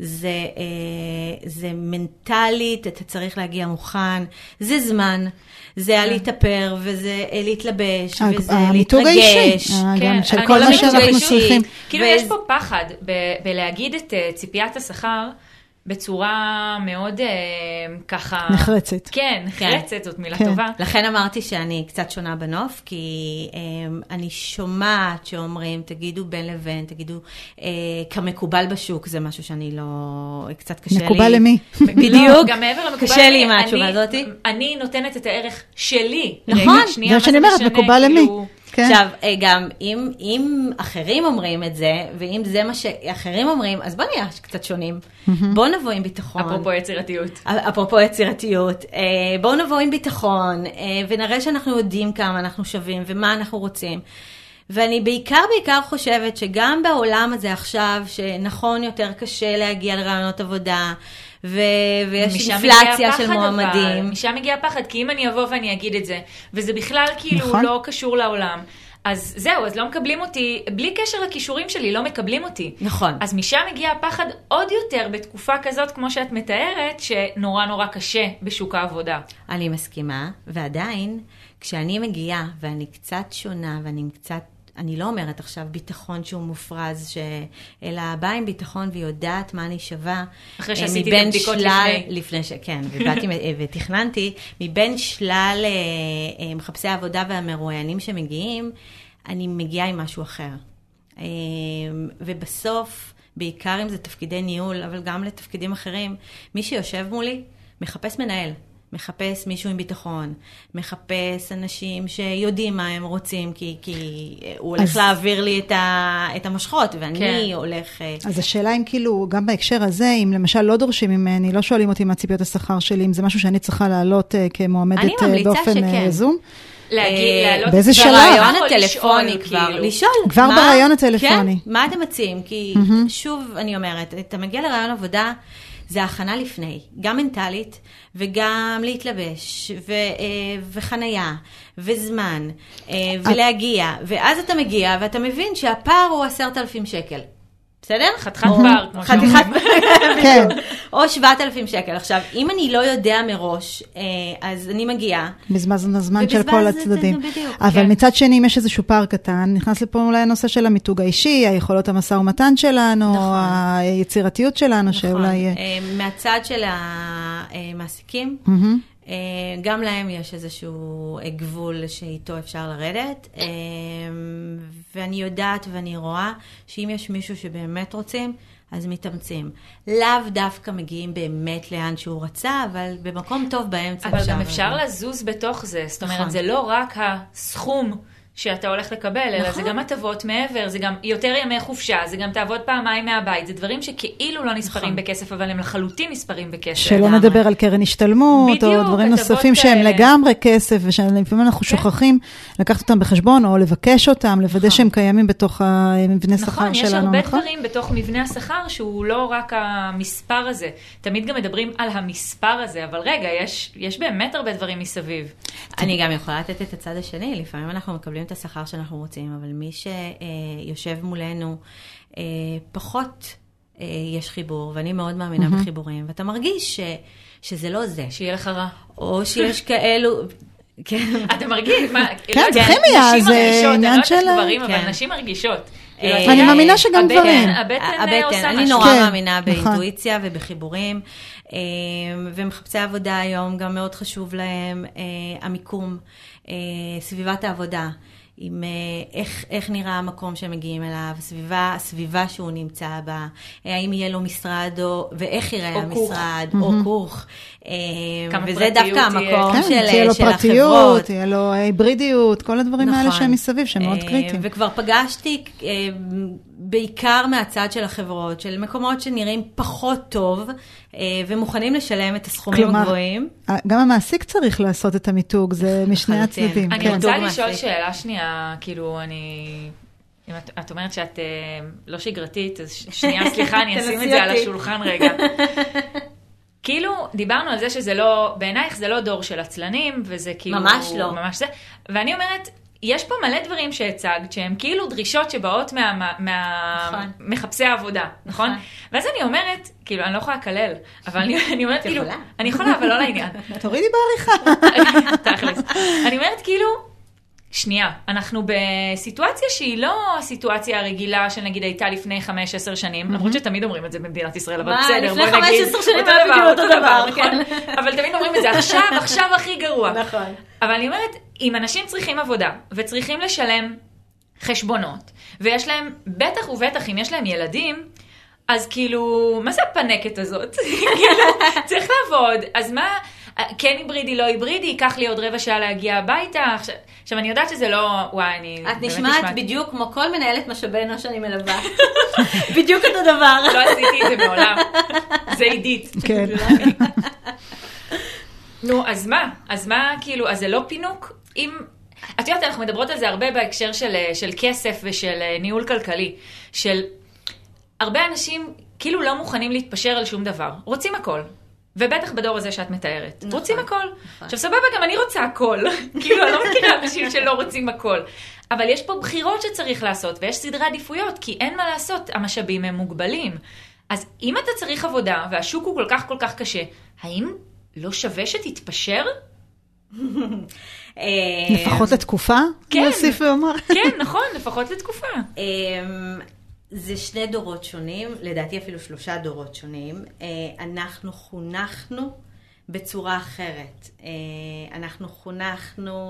זה מנטלית, אתה צריך להגיע מוכן, זה זמן, זה להתאפר, וזה להתלבש, וזה להתרגש. גם של כל מה שאנחנו צריכים. כאילו יש פה פחד בלהגיד את ציפיית השכר, בצורה מאוד ככה... נחרצת. כן, נחרצת, זאת מילה טובה. לכן אמרתי שאני קצת שונה בנוף, כי אני שומעת שאומרים, תגידו בין לבין, תגידו כמקובל בשוק, זה משהו שאני לא... קצת קשה לי. מקובל למי? בדיוק. גם מעבר למקובל קשה לי עם התשובה הזאת. אני נותנת את הערך שלי. נכון. זה מה שאני אומרת, מקובל למי. עכשיו, גם אם אחרים אומרים את זה, ואם זה מה שאחרים אומרים, אז בוא נהיה קצת שונים. בוא נבוא עם ביטחון. אפרופו יצירתיות. בוא נבוא עם ביטחון, ונראה שאנחנו יודעים כמה אנחנו שווים, ומה אנחנו רוצים. ואני בעיקר חושבת שגם בעולם הזה עכשיו, שנכון יותר קשה להגיע לרעיונות עבודה, ויש אינפלציה של מועמדים. משם מגיע הפחד, כי אם אני אבוא ואני אגיד את זה, וזה בכלל כאילו לא קשור לעולם, אז זהו, אז לא מקבלים אותי, בלי קשר לכישורים שלי, לא מקבלים אותי. נכון. אז משם מגיע הפחד עוד יותר בתקופה כזאת, כמו שאת מתארת, שנורא נורא קשה בשוק העבודה. אני מסכימה, ועדיין, כשאני מגיעה, ואני קצת שונה, אני לא אומרת עכשיו ביטחון שהוא מופרז, אלא באה עם ביטחון ויודעת מה אני שווה. אחרי שעשיתי את הבדיקות לפני. כן, ובאתי ותכננתי, מבין שלל מחפשי העבודה והמרואיינים שמגיעים, אני מגיעה עם משהו אחר. ובסוף, בעיקר אם זה תפקידי ניהול, אבל גם לתפקידים אחרים, מי שיושב מולי מחפש מנהל. מחפש מישהו עם ביטחון, מחפש אנשים שיודעים מה הם רוצים, כי הוא הולך להעביר לי את המשכות, ואני הולך... אז השאלה אם כאילו, גם בהקשר הזה, אם למשל לא דורשים ממני, לא שואלים אותי מה ציפיות השכר שלי, אם זה משהו שאני צריכה לעלות כמועמדת באופן זום? להעלות באיזה שלב? ברעיון הטלפוני כבר, לשאול. כבר ברעיון הטלפוני. כן, מה אתם מציעים? כי שוב, אני אומרת, אתה מגיע לרעיון עבודה, זה הכנה לפני, גם מנטלית, וגם להתלבש, וחנייה, וזמן, ולהגיע. ואז אתה מגיע, ואתה מבין שהפער הוא 10,000 שקל. בסדר? חתיכת פער, כמו חתיכת, כן. או 7,000 שקל. עכשיו, אם אני לא יודע מראש, אז אני מגיעה. בזמן הזמן של כל הצדדים. בדיוק, אבל כן. מצד שני, אם יש איזשהו פער קטן, נכנס לפה אולי הנושא של המיתוג האישי, היכולות המשא ומתן שלנו, נכון. היצירתיות שלנו, נכון. שאולי... מהצד של המעסיקים, גם להם יש איזשהו גבול שאיתו אפשר לרדת, ואני יודעת ואני רואה שאם יש מישהו שבאמת רוצים, אז מתאמצים. לאו דווקא מגיעים באמת לאן שהוא רצה, אבל במקום טוב באמצע אבל גם אפשר לזוז בתוך זה, זאת אומרת, זה לא רק הסכום שאתה הולך לקבל, אלא זה גם הטבות מעבר, זה גם יותר ימי חופשה, זה גם תעבוד פעמיים מהבית, זה דברים שכאילו לא נספרים בכסף, אבל הם לחלוטין נספרים בכסף. שלא נדבר על קרן השתלמות, או דברים נוספים שהם לגמרי כסף, ושלפעמים אנחנו שוכחים לקחת אותם בחשבון, או לבקש אותם, לוודא שהם קיימים בתוך המבנה שכר שלנו. נכון, יש הרבה דברים בתוך מבנה השכר, שהוא לא רק המספר הזה. תמיד גם מדברים על המספר הזה, אבל רגע, יש באמת הרבה דברים מסביב. אני גם יכולה לתת את הצד השני, לפעמים אנחנו מקבלים את השכר שאנחנו רוצים, אבל מי שיושב מולנו, פחות יש חיבור, ואני מאוד מאמינה בחיבורים, ואתה מרגיש שזה לא זה. שיהיה לך רע. או שיש כאלו... כן. אתה מרגיש, מה? כן, זה כימיה, זה עניין של... אני לא יודעת גברים, אבל נשים מרגישות. אני מאמינה שגם גברים. הבטן, אני נורא מאמינה באינטואיציה ובחיבורים, ומחפשי עבודה היום גם מאוד חשוב להם המיקום, סביבת העבודה, עם איך נראה המקום שהם מגיעים אליו, הסביבה שהוא נמצא בה, האם יהיה לו משרד, ואיך יראה המשרד, או כוך. וזה דווקא המקום של החברות. תהיה לו פרטיות, תהיה לו היברידיות, כל הדברים האלה שהם מסביב, שהם מאוד קריטיים. וכבר פגשתי בעיקר מהצד של החברות, של מקומות שנראים פחות טוב, ומוכנים לשלם את הסכומים הגבוהים. גם המעסיק צריך לעשות את המיתוג, זה משני הצדדים. אני רוצה לשאול שאלה שנייה, כאילו אם את אומרת שאת לא שגרתית, אז שנייה, סליחה, אני אשים את זה על השולחן רגע. כאילו, דיברנו על זה שזה לא, בעינייך זה לא דור של עצלנים, וזה כאילו... ממש לא. ממש זה. ואני אומרת, יש פה מלא דברים שהצגת, שהם כאילו דרישות שבאות מחפשי העבודה, נכון? ואז אני אומרת, כאילו, אני לא יכולה לקלל, אבל אני אומרת, כאילו... אני יכולה, אבל לא לעניין. תורידי בעריכה. תכלס. אני אומרת, כאילו... שנייה, אנחנו בסיטואציה שהיא לא הסיטואציה הרגילה שנגיד הייתה לפני 5-10 שנים, למרות שתמיד אומרים את זה במדינת ישראל, אבל בסדר, בואי נגיד, לפני 5-10 שנים אותו דבר, נכון? אבל תמיד אומרים את זה, עכשיו הכי גרוע. נכון. אבל אני אומרת, אם אנשים צריכים עבודה, וצריכים לשלם חשבונות, ויש להם, בטח ובטח אם יש להם ילדים, אז כאילו, מה זה הפנקת הזאת? כאילו, צריך לעבוד, אז מה... כן היברידי, לא היברידי, ייקח לי עוד רבע שעה להגיע הביתה. עכשיו, אני יודעת שזה לא... וואי, אני... את נשמעת בדיוק כמו כל מנהלת משאבי אנוש שאני מלווה. בדיוק אותו דבר. לא עשיתי את זה מעולם. זה עידית. כן. נו, אז מה, כאילו, אז זה לא פינוק? את יודעת, אנחנו מדברות על זה הרבה בהקשר של כסף ושל ניהול כלכלי. של הרבה אנשים כאילו לא מוכנים להתפשר על שום דבר. רוצים הכל. ובטח בדור הזה שאת מתארת. נכון, רוצים הכל. נכון. עכשיו סבבה, גם אני רוצה הכל. כאילו, אני לא מכירה אנשים שלא רוצים הכל. אבל יש פה בחירות שצריך לעשות, ויש סדרי עדיפויות, כי אין מה לעשות, המשאבים הם מוגבלים. אז אם אתה צריך עבודה, והשוק הוא כל כך קשה, האם לא שווה שתתפשר? לפחות לתקופה? כן. להוסיף ואומר. כן, נכון, לפחות לתקופה. זה 2 דורות שונים, לדעתי אפילו 3 דורות שונים. אנחנו חונכנו בצורה אחרת. אנחנו חונכנו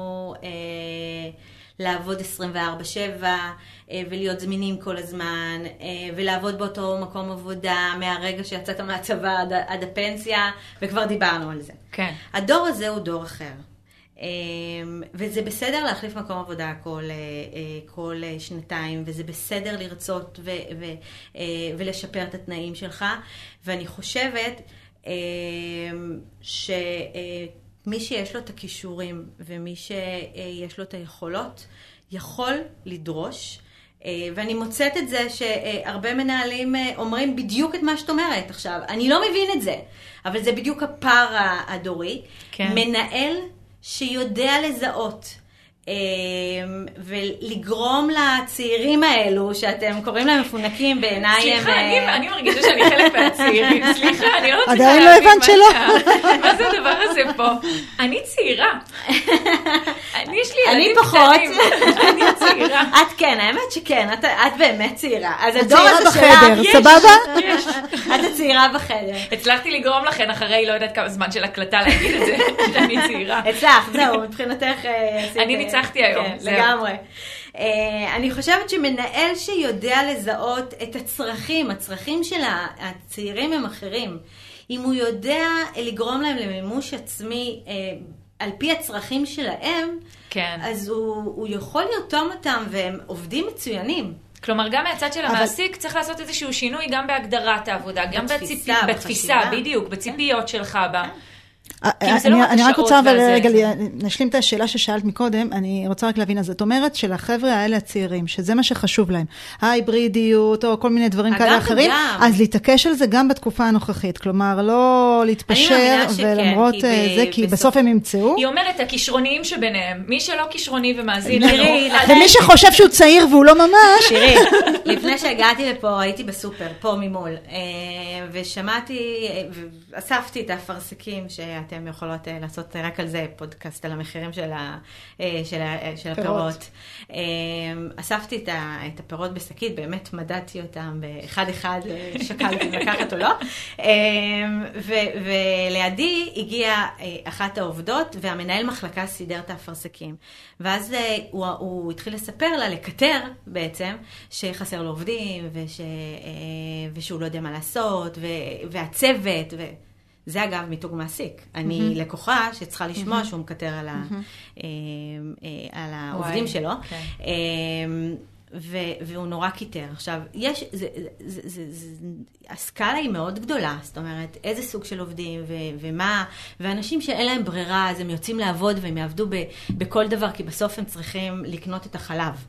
לעבוד 24/7 ולהיות זמינים כל הזמן, ולעבוד באותו מקום עבודה מהרגע שיצאת מהצבא עד הפנסיה, וכבר דיברנו על זה. כן. הדור הזה הוא דור אחר. וזה בסדר להחליף מקום עבודה כל 2, וזה בסדר לרצות ולשפר את התנאים שלך, ואני חושבת שמי מי שיש לו את הכישורים ומי שיש לו את היכולות, יכול לדרוש. ואני מוצאת את זה שהרבה מנהלים אומרים בדיוק את מה שאת אומרת עכשיו. אני לא מבין את זה, אבל זה בדיוק הפער הדורי. כן. מנהל שיודע לזהות ולגרום לצעירים האלו, שאתם קוראים להם מפונקים בעיניי. סליחה, אני מרגישה שאני חלק מהצעירים. סליחה, אני לא מצליחה עדיין לא הבנת שלא. מה זה הדבר הזה פה? אני צעירה. יש לי ילדים קטנים. אני צעירה. את כן, האמת שכן, את באמת צעירה. אז הדור הזה בחדר, סבבה? את הצעירה בחדר. הצלחתי לגרום לכן אחרי לא יודעת כמה זמן של הקלטה להגיד את זה, שאני צעירה. הצלחת, זהו, מבחינתך. אני ניצחתי היום. כן, לגמרי. אני חושבת שמנהל שיודע לזהות את הצרכים של הצעירים הם אחרים. אם הוא יודע לגרום להם למימוש עצמי על פי הצרכים שלהם, כן. אז הוא יכול לרתום אותם והם עובדים מצוינים. כלומר, גם מהצד של המעסיק צריך לעשות איזשהו שינוי גם בהגדרת העבודה, גם בתפיסה, בדיוק, בציפיות שלך בה. אני רק רוצה, אבל רגע, נשלים את השאלה ששאלת מקודם, אני רוצה רק להבין, אז את אומרת שלחבר'ה האלה הצעירים, שזה מה שחשוב להם, ההיברידיות או כל מיני דברים כאלה אחרים, אז להתעקש על זה גם בתקופה הנוכחית, כלומר, לא להתפשר, ולמרות זה, כי בסוף הם ימצאו. היא אומרת, הכישרוניים שביניהם, מי שלא כישרוני ומאזין, ומי שחושב שהוא צעיר והוא לא ממש. תראי, לפני שהגעתי לפה, הייתי בסופר, פה ממול, ושמעתי, ואספתי את האפרסקים אתם יכולות לעשות רק על זה פודקאסט, על המחירים של הפירות. אספתי את הפירות בשקית, באמת מדדתי אותם באחד, שקלתי לקחת או לא. ולידי הגיעה אחת העובדות, והמנהל מחלקה סידר את האפרסקים. ואז הוא התחיל לספר לה, לקטר בעצם, שחסר לו עובדים, ושהוא לא יודע מה לעשות, והצוות, זה אגב מיתוג מעסיק. אני לקוחה שצריכה לשמוע שהוא מקטר על העובדים שלו. והוא נורא קיטר. עכשיו, הסקאלה היא מאוד גדולה, זאת אומרת, איזה סוג של עובדים ומה, ואנשים שאין להם ברירה, אז הם יוצאים לעבוד והם יעבדו בכל דבר, כי בסוף הם צריכים לקנות את החלב.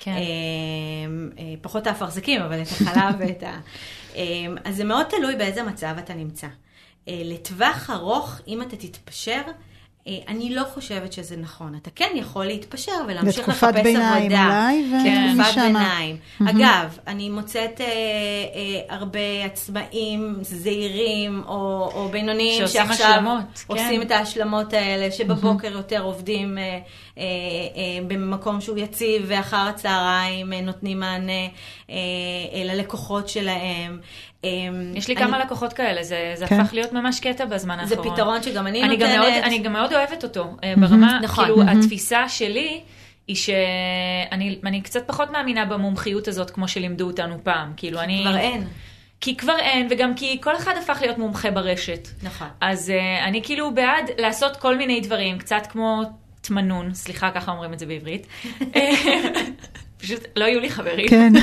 פחות האפרסקים, אבל את החלב ואת אז זה מאוד תלוי באיזה מצב אתה נמצא. לטווח ארוך, אם אתה תתפשר, אני לא חושבת שזה נכון. אתה כן יכול להתפשר ולהמשיך לחפש עבודה. לתקופת ביניים אולי, תקופת ביניים. אגב, אני מוצאת הרבה עצמאים זהירים או בינוניים שעכשיו עושים את ההשלמות האלה, שבבוקר יותר עובדים במקום שהוא יציב, ואחר הצהריים נותנים מענה ללקוחות שלהם. יש לי כמה לקוחות כאלה, זה הפך להיות ממש קטע בזמן האחרון. זה פתרון שגם אני נותנת. אני גם מאוד אוהבת אותו, ברמה, כאילו, התפיסה שלי היא שאני קצת פחות מאמינה במומחיות הזאת, כמו שלימדו אותנו פעם. כבר אין. כי כבר אין, וגם כי כל אחד הפך להיות מומחה ברשת. נכון. אז אני כאילו בעד לעשות כל מיני דברים, קצת כמו תמנון, סליחה, ככה אומרים את זה בעברית. פשוט לא היו לי חברים. כן.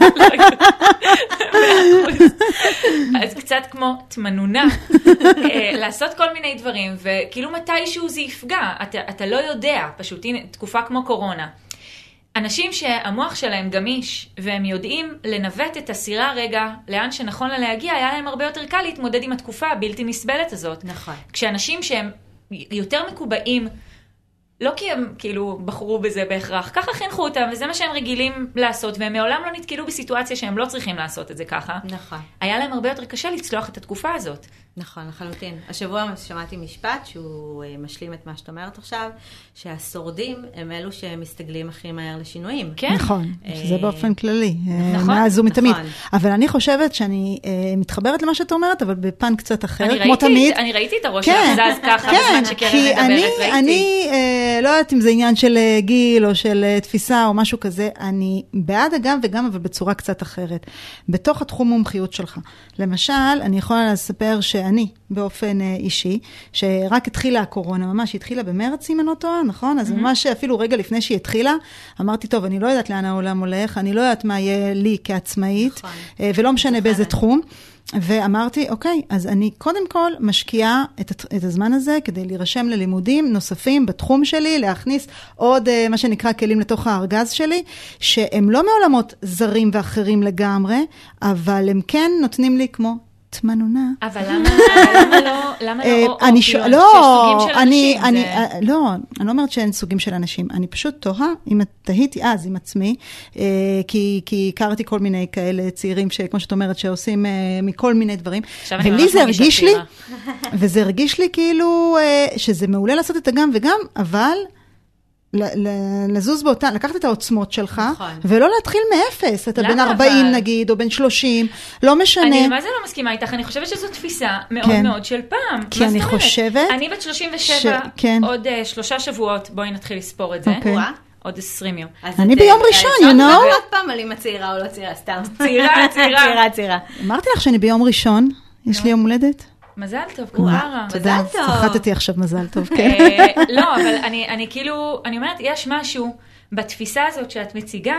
אז קצת כמו תמנונה, לעשות כל מיני דברים, וכאילו מתישהו זה יפגע, אתה לא יודע, פשוט, הנה, תקופה כמו קורונה. אנשים שהמוח שלהם גמיש, והם יודעים לנווט את הסירה רגע, לאן שנכון לה להגיע, היה להם הרבה יותר קל להתמודד עם התקופה הבלתי נסבלת הזאת. נכון. כשאנשים שהם יותר מקובעים, לא כי הם כאילו בחרו בזה בהכרח, ככה חינכו אותם, וזה מה שהם רגילים לעשות, והם מעולם לא נתקלו בסיטואציה שהם לא צריכים לעשות את זה ככה. נכון. היה להם הרבה יותר קשה לצלוח את התקופה הזאת. נכון, לחלוטין. השבוע שמעתי משפט שהוא משלים את מה שאת אומרת עכשיו, שהשורדים הם אלו שמסתגלים הכי מהר לשינויים. כן. נכון, שזה באופן כללי. נכון. מאז ומתמיד. אבל אני חושבת שאני מתחברת למה שאת אומרת, אבל בפן קצת אחר, כמו תמיד. אני ראיתי את הראש שלך זז ככה בזמן שקרן מדברת, ראיתי. אני לא יודעת אם זה עניין של גיל או של תפיסה או משהו כזה, אני בעד גם וגם, אבל בצורה קצת אחרת. בתוך התחום מומחיות שלך. למשל, אני יכולה לספר שאני, באופן אישי, שרק התחילה הקורונה, ממש התחילה במרץ, אם אני לא טועה, נכון? אז ממש אפילו רגע לפני שהיא התחילה, אמרתי, טוב, אני לא יודעת לאן העולם הולך, אני לא יודעת מה יהיה לי כעצמאית, ולא משנה באיזה תחום. ואמרתי, אוקיי, אז אני קודם כל משקיעה את הזמן הזה כדי להירשם ללימודים נוספים בתחום שלי, להכניס עוד מה שנקרא כלים לתוך הארגז שלי, שהם לא מעולמות זרים ואחרים לגמרי, אבל הם כן נותנים לי כמו תמנונה. אבל למה לא אנשים? לא, אני לא אומרת שאין סוגים של אנשים, אני פשוט תהיתי אז עם עצמי, כי הכרתי כל מיני כאלה צעירים, כמו שאת אומרת, שעושים מכל מיני דברים, ולי זה הרגיש לי, וזה הרגיש לי כאילו, שזה מעולה לעשות את הגם וגם, אבל לזוז באותה, לקחת את העוצמות שלך, ולא להתחיל מאפס, אתה בן 40 נגיד, או בן 30, לא משנה. אני מה זה לא מסכימה איתך, אני חושבת שזו תפיסה מאוד מאוד של פעם. כי אני חושבת... אני בת 37, עוד 3 שבועות, בואי נתחיל לספור את זה. עוד 20 יום. אני ביום ראשון, you know? עוד פעם על אם הצעירה או לא צעירה, סתם. צעירה. אמרתי לך שאני ביום ראשון, יש לי יום הולדת. מזל טוב, כמובן. תודה, סחטתי עכשיו מזל טוב, כן. לא, אבל אני כאילו, אני אומרת, יש משהו בתפיסה הזאת שאת מציגה,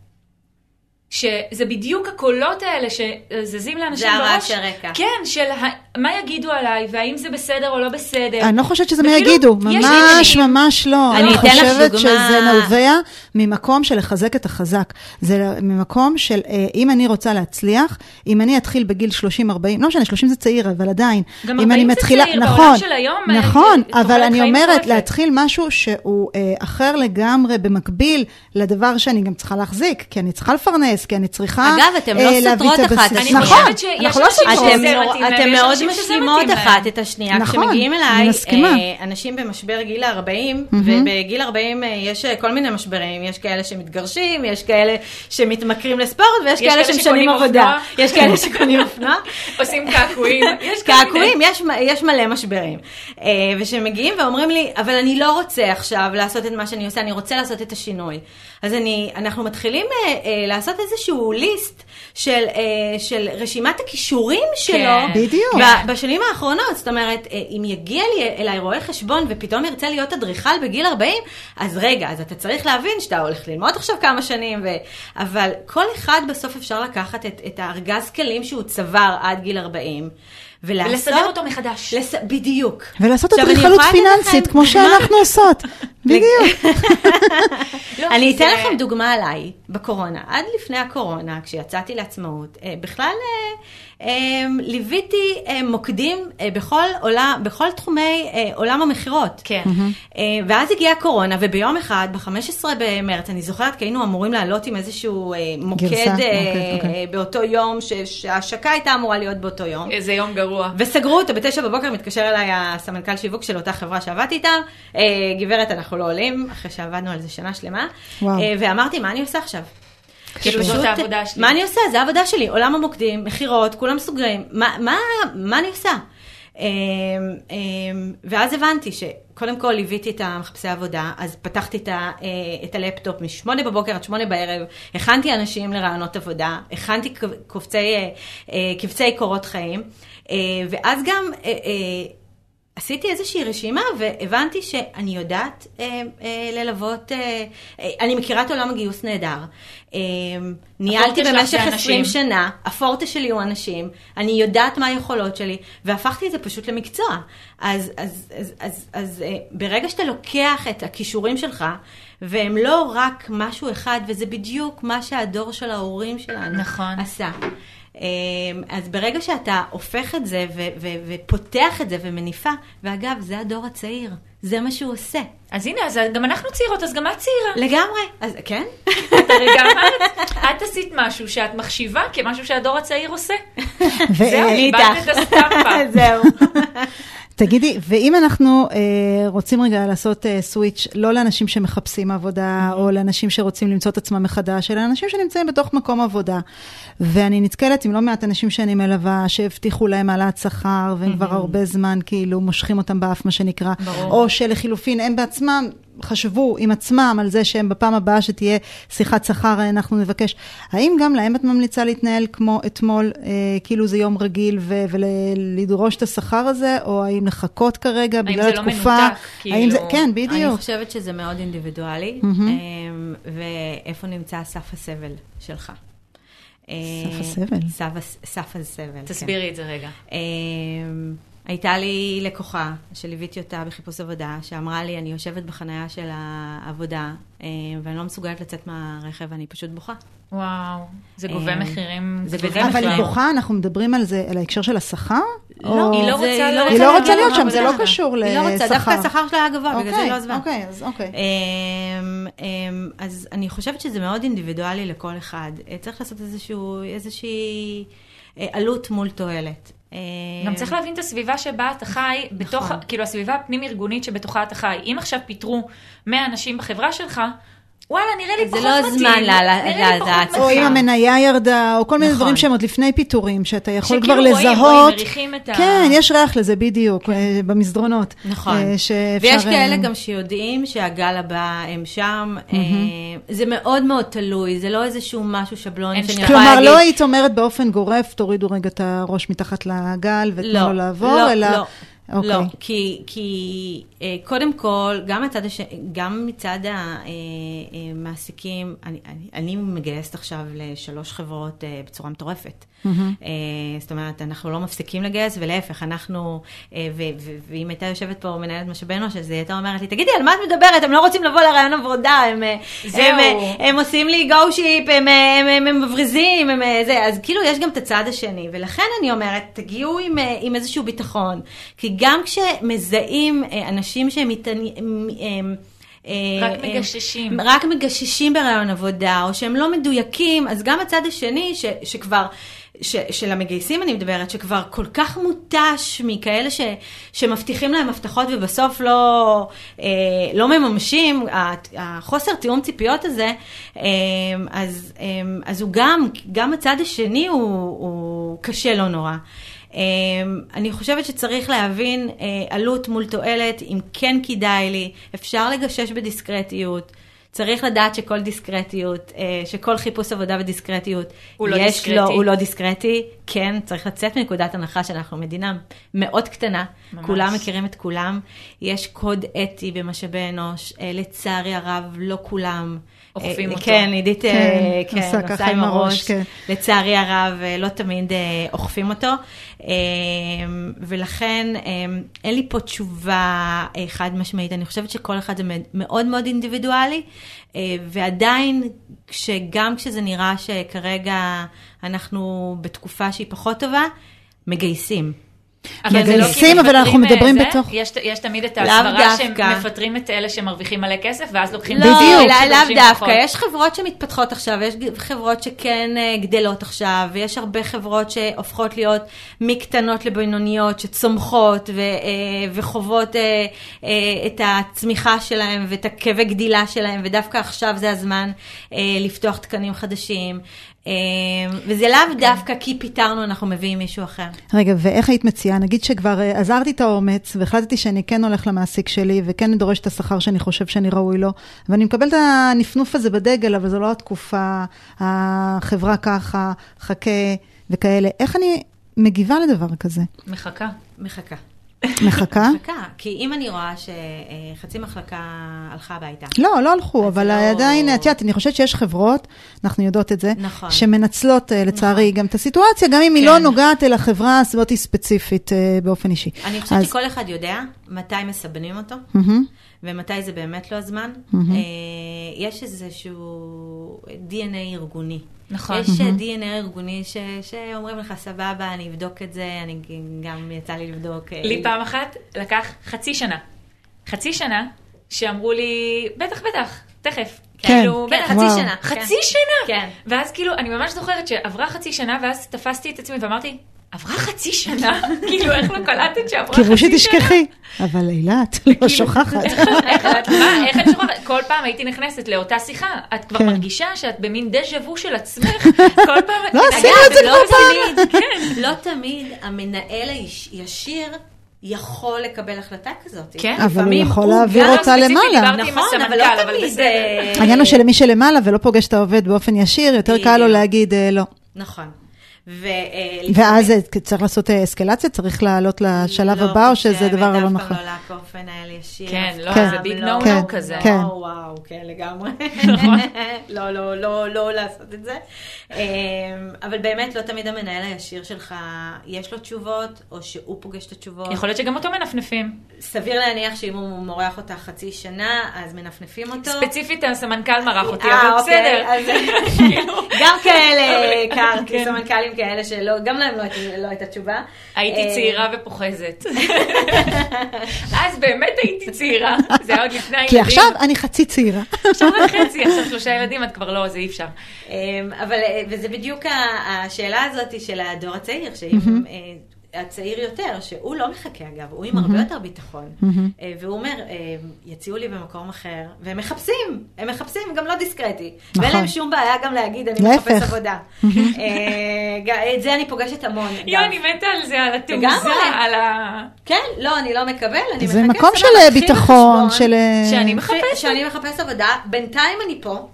שזה בדיוק הקולות האלה שזזים לאנשים בראש. זה הרעש הרקע. כן, של מה יגידו עליי, והאם זה בסדר או לא בסדר. אני לא חושבת שזה מה יגידו, ממש לא. אני חושבת שזה נובע ממקום של לחזק את החזק. זה ממקום של, אם אני רוצה להצליח, אם אני אתחיל בגיל 30-40, לא משנה, 30 זה צעיר, אבל עדיין. גם 40 זה צעיר, בעולם של היום. נכון, אבל אני אומרת, להתחיל משהו שהוא אחר לגמרי, במקביל לדבר שאני גם צריכה להחזיק, כי אני צריכה לפרנס, כי אני צריכה אגב, אתם לא סותרות אחת. אני חושבת שיש אנשים שזה מתאים, אתם מאוד משלימות אחת את השנייה. כשמגיעים אליי אנשים במשבר גיל 40, ובגיל 40 יש כל מיני משברים, יש כאלה שמתגרשים, יש כאלה שמתמכרים לספורט, ויש כאלה שמשנים עבודה. יש כאלה שקונים אופנוע. עושים קעקועים. קעקועים, יש מלא משברים. ושמגיעים ואומרים לי, אבל אני לא רוצה עכשיו לעשות את מה שאני עושה, אני רוצה לעשות את השינוי. אז אנחנו מתחילים לעשות איזשהו ליסט של רשימת הכישורים שלו. בדיוק. בשנים האחרונות, זאת אומרת, אם יגיע אליי רואה חשבון ופתאום ירצה להיות אדריכל בגיל 40, אז רגע, אז אתה צריך להבין שאתה הולך ללמוד עכשיו כמה שנים, אבל כל אחד בסוף אפשר לקחת את הארגז כלים שהוא צבר עד גיל 40, ולסדר אותו מחדש. בדיוק. ולעשות אדריכלות פיננסית, כמו שאנחנו עושות. בדיוק. אני אתן לכם דוגמה עליי, בקורונה. עד לפני הקורונה, כשיצאתי לעצמאות, בכלל ליוויתי מוקדים בכל תחומי עולם המחירות. כן. ואז הגיעה הקורונה, וביום אחד, ב-15 במרץ, אני זוכרת, כי היינו אמורים לעלות עם איזשהו מוקד באותו יום, שההשקה הייתה אמורה להיות באותו יום. איזה יום גרוע. וסגרו אותו, ב9 בבוקר מתקשר אליי הסמנכ"ל שיווק של אותה חברה שעבדתי איתה, גברת, אנחנו לא עולים, אחרי שעבדנו על זה שנה שלמה, ואמרתי, מה אני עושה עכשיו? זאת העבודה שלי. מה אני עושה? זה העבודה שלי. עולם המוקדים, מחירות, כולם סוגרים. מה אני עושה? ואז הבנתי שקודם כל ליוויתי את המחפשי העבודה, אז פתחתי את הלפטופ מ8 בבוקר עד 8 בערב, הכנתי אנשים לרעיונות עבודה, הכנתי קבצי קורות חיים, ואז גם עשיתי איזושהי רשימה, והבנתי שאני יודעת ללוות, אני מכירה את עולם הגיוס נהדר, ניהלתי במשך 20 שנה, הפורטה שלי הוא אנשים, אני יודעת מה היכולות שלי, והפכתי את זה פשוט למקצוע. אז ברגע שאתה לוקח את הכישורים שלך, והם לא רק משהו אחד, וזה בדיוק מה שהדור של ההורים שלנו עשה. אז ברגע שאתה הופך את זה ופותח את זה ומניפה, ואגב, זה הדור הצעיר, זה מה שהוא עושה. אז הנה, אז גם אנחנו צעירות, אז גם את צעירה. לגמרי, אז כן. גם את עשית משהו שאת מחשיבה כמשהו שהדור הצעיר עושה. זהו, איבדת את הסטמפה. זהו. תגידי, ואם אנחנו רוצים רגע לעשות סוויץ' לא לאנשים שמחפשים עבודה, או לאנשים שרוצים למצוא את עצמם מחדש, אלא לאנשים שנמצאים בתוך מקום עבודה, ואני נתקלת עם לא מעט אנשים שאני מלווה, שהבטיחו להם העלאת שכר, והם כבר הרבה זמן כאילו מושכים אותם באף מה שנקרא, או שלחילופין הם בעצמם חשבו עם עצמם על זה שהם בפעם הבאה שתהיה שיחת שכר, אנחנו נבקש. האם גם להם את ממליצה להתנהל כמו אתמול, כאילו זה יום רגיל, ולדרוש את השכר הזה, או האם לחכות כרגע בגלל התקופה? האם זה לא מנותק? כן, בדיוק. אני חושבת שזה מאוד אינדיבידואלי, ואיפה נמצא סף הסבל שלך. סף הסבל. סף הסבל. תסבירי את זה רגע. הייתה לי לקוחה שליוויתי אותה בחיפוש עבודה, שאמרה לי, אני יושבת בחניה של העבודה, ואני לא מסוגלת לצאת מהרכב, ואני פשוט בוכה. וואו, זה גובה מחירים. אבל היא בוכה, אנחנו מדברים על זה, על ההקשר של השכר? לא, היא לא רוצה להיות שם, זה לא קשור לשכר. היא לא רוצה, דווקא השכר שלה היה גבוה, בגלל זה היא לא עזבה. אוקיי. אז אני חושבת שזה מאוד אינדיבידואלי לכל אחד. צריך לעשות איזושהי עלות מול תועלת. גם צריך להבין את הסביבה שבה אתה חי, בתוך, כאילו הסביבה הפנים-ארגונית שבתוכה אתה חי. אם עכשיו פיטרו 100 אנשים בחברה שלך, וואלה, נראה לי פחות מתאים. זה לא זמן לדעת. או אם המניה ירדה, או כל מיני דברים שהם עוד לפני פיטורים, שאתה יכול כבר לזהות. כן, יש ריח לזה בדיוק, במסדרונות. נכון. ויש כאלה גם שיודעים שהגל הבא הם שם. זה מאוד מאוד תלוי, זה לא איזשהו משהו שבלוני שאני יכולה להגיד. כלומר, לא היית אומרת באופן גורף, תורידו רגע את הראש מתחת לגל ותנו לו לעבור, אלא... לא, כי קודם כל, גם מצד המעסיקים, אני מגייסת עכשיו ל3 חברות בצורה מטורפת. זאת אומרת, אנחנו לא מפסיקים לגייס, ולהפך, אנחנו, ואם הייתה יושבת פה מנהלת משאבי אנוש, אז היא הייתה אומרת לי, תגידי, על מה את מדברת? הם לא רוצים לבוא לרעיון עבודה, הם עושים לי גו שיפ, הם מבריזים, אז כאילו יש גם את הצד השני, ולכן אני אומרת, תגיעו עם איזשהו ביטחון, כי גם כשמזהים אנשים שהם רק מגששים ברעיון עבודה, או שהם לא מדויקים, אז גם הצד השני שכבר, של המגייסים אני מדברת, שכבר כל כך מוטש מכאלה שמבטיחים להם הבטחות ובסוף לא מממשים, החוסר תיאום ציפיות הזה, אז הוא גם הצד השני הוא קשה לא נורא. אני חושבת שצריך להבין עלות מול תועלת, אם כן כדאי לי, אפשר לגשש בדיסקרטיות, צריך לדעת שכל דיסקרטיות, שכל חיפוש עבודה בדיסקרטיות, הוא לא דיסקרטי, כן, צריך לצאת מנקודת הנחה שאנחנו מדינה מאוד קטנה, כולם מכירים את כולם, יש קוד אתי במשאבי אנוש, לצערי הרב לא כולם, אוכפים אותו. כן, עידית, עושה עם הראש, לצערי הרב לא תמיד אוכפים אותו, ולכן אין לי פה תשובה חד משמעית, אני חושבת שכל אחד זה מאוד מאוד אינדיבידואלי, ועדיין גם כשזה נראה שכרגע אנחנו בתקופה שהיא פחות טובה, מגייסים. מגייסים, אבל אנחנו מדברים בתוך... יש תמיד את ההסברה שמפטרים את אלה שמרוויחים מלא כסף, ואז לוקחים... לא, לאו דווקא. יש חברות שמתפתחות עכשיו, יש חברות שכן גדלות עכשיו, ויש הרבה חברות שהופכות להיות מקטנות לבינוניות, שצומחות וחוות את הצמיחה שלהם, ואת הכאבי גדילה שלהם, ודווקא עכשיו זה הזמן לפתוח תקנים חדשים. וזה לאו דווקא כי פיתרנו, אנחנו מביאים מישהו אחר. רגע, ואיך היית מציעה? נגיד שכבר עזרתי את האומץ, והחלטתי שאני כן הולך למעסיק שלי, וכן דורש את השכר שאני חושב שאני ראוי לו, ואני מקבל את הנפנוף הזה בדגל, אבל זו לא התקופה, החברה ככה, חכה וכאלה. איך אני מגיבה לדבר כזה? מחכה. מחכה? כי אם אני רואה שחצי מחלקה הלכה הביתה. לא הלכו, אבל עדיין, אני חושבת שיש חברות, אנחנו יודעות את זה, שמנצלות לצערי גם את הסיטואציה, גם אם היא לא נוגעת אל החברה הסביבתית ספציפית באופן אישי. אני חושבת שכל אחד יודע מתי מסבנים אותו, ומתי זה באמת לא הזמן. יש איזשהו DNA ארגוני. נכון. יש DNA ארגוני שאומרים לך, סבבה, אני אבדוק את זה, אני גם יצא לי לבדוק. לי פעם אחת לקח חצי שנה, שאמרו לי, בטח, תכף. כאילו, בטח, חצי שנה. כן. ואז כאילו, אני ממש זוכרת שעברה חצי שנה, ואז תפסתי את עצמי ואמרתי, עברה חצי שנה? כאילו, איך לא קלטת שעברה חצי שנה? קירו שתשכחי. אבל אילת, לא שוכחת. איך את שוכחת? כל פעם הייתי נכנסת לאותה שיחה, את כבר מרגישה שאת במין דז'ה-וו של עצמך, כל פעם... לא, עשינו את זה כבר פעם. לא תמיד המנהל הישיר יכול לקבל החלטה כזאת. כן, אבל הוא יכול להעביר אותה למעלה. נכון, אבל לא תמיד זה... העניין הוא שלמי שלמעלה ולא פוגש את העובד באופן ישיר, יותר קל לו להגיד לא. נכון. ואז צריך לעשות אסקלציה? צריך לעלות לשלב הבא, או שזה דבר לא נכון? לא לעקוף מנהל ישיר. כן, לא, זה ביג נו נו כזה. וואו, כן, לגמרי. לא לעשות את זה. אבל באמת לא תמיד המנהל הישיר שלך, יש לו תשובות, או שהוא פוגש את התשובות. יכול להיות שגם אותו מנפנפים. סביר להניח שאם הוא מורח אותה חצי שנה, אז מנפנפים אותו. ספציפית, הסמנכ"ל מרח אותי, אבל בסדר. גם כאלה הכרתי, סמנכ"לים כאלה שגם להם לא הייתה תשובה. הייתי צעירה ופוחזת. אז באמת הייתי צעירה. זה היה עוד לפני הילדים. כי עכשיו אני חצי צעירה. עכשיו את חצי, עכשיו 3 ילדים, את כבר לא, זה אי אפשר. אבל, וזה בדיוק השאלה הזאת של הדור הצעיר, שאם הצעיר יותר, שהוא לא מחכה אגב, הוא עם הרבה יותר ביטחון, והוא אומר, יציעו לי במקום אחר, והם מחפשים, גם לא דיסקרטי, ואין להם שום בעיה גם להגיד, אני מחפש עבודה. את זה אני פוגשת המון. אני מתה על זה, על התעוזה, על ה... כן, לא, אני לא מקבל, אני מחכה. זה מקום של ביטחון, שאני מחפש עבודה, בינתיים אני פה,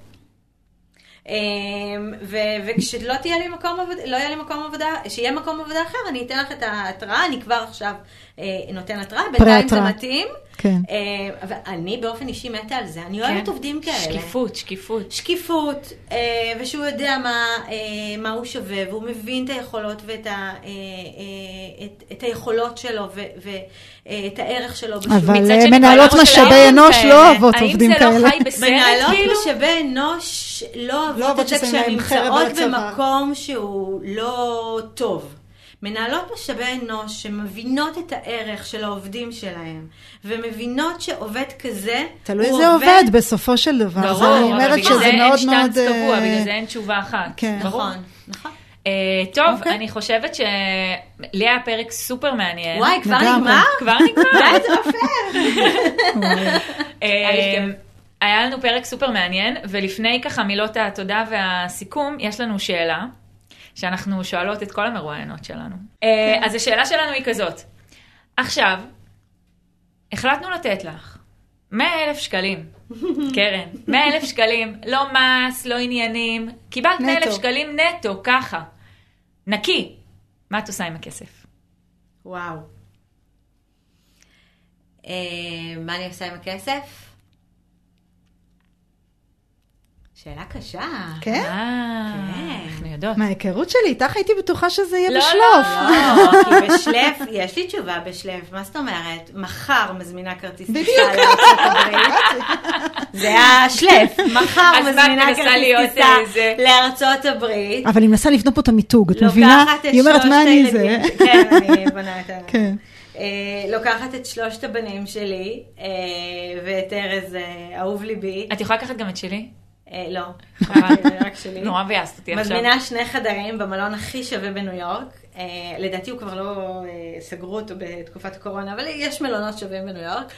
וכשלא תהיה לי מקום עבודה, לא יהיה לי מקום עבודה, שיהיה מקום עבודה אחר, אני אתן לך את ההתראה, אני כבר עכשיו נותן התראה, בינתיים זה מתאים, אבל אני באופן אישי מתה על זה, אני אוהבת עובדים כאלה. שקיפות, ושהוא יודע מה הוא שווה, והוא מבין את היכולות ואת היכולות שלו, ואת הערך שלו בשוק. אבל מנהלות משאבי אנוש לא אוהבות עובדים כאלה. האם זה לא חי בסרט? מנהלות משאבי אנוש לא אוהבות את זה כשהן נמצאות במקום שהוא לא טוב. מנהלות משאבי אנוש שמבינות את הערך של העובדים שלהם, ומבינות שעובד כזה, תלוי איזה עובד בסופו של דבר. ברור, אבל בגלל זה אין שטנץ קבוע, בגלל זה אין תשובה אחת. נכון. טוב, אני חושבת שלי היה פרק סופר מעניין. וואי, כבר נגמר? כבר נגמר. זה לא פייר. היה לנו פרק סופר מעניין, ולפני ככה מילות התודה והסיכום, יש לנו שאלה, שאנחנו שואלות את כל המרואיינות שלנו. אז השאלה שלנו היא כזאת. עכשיו, החלטנו לתת לך 100,000 שקלים, קרן, 100,000 שקלים, לא מס, לא עניינים, קיבלת 100,000 שקלים נטו, ככה, נקי. מה את עושה עם הכסף? וואו. מה אני עושה עם הכסף? שאלה קשה. כן? אנחנו יודעות. מההיכרות שלי, איתך הייתי בטוחה שזה יהיה בשלוף. לא, כי בשלף, יש לי תשובה בשלף. מה זאת אומרת? מחר מזמינה כרטיס טיסה לארצות הברית. זה השלף. מחר מזמינה כרטיס טיסה לארצות הברית. אבל היא מנסה לבנות פה את המיתוג, את מבינה? היא אומרת, מה אני זה? כן, אני בנה את זה. לוקחת את 3 הבנים שלי, ואת ארז, אהוב ליבי. את יכולה לקחת גם את שלי? לא, רק שלי. נורא ביאסת אותי עכשיו. מזמינה 2 חדרים במלון הכי שווה בניו יורק. לדעתי הוא כבר לא סגרו אותו בתקופת הקורונה, אבל יש מלונות שווים בניו יורק.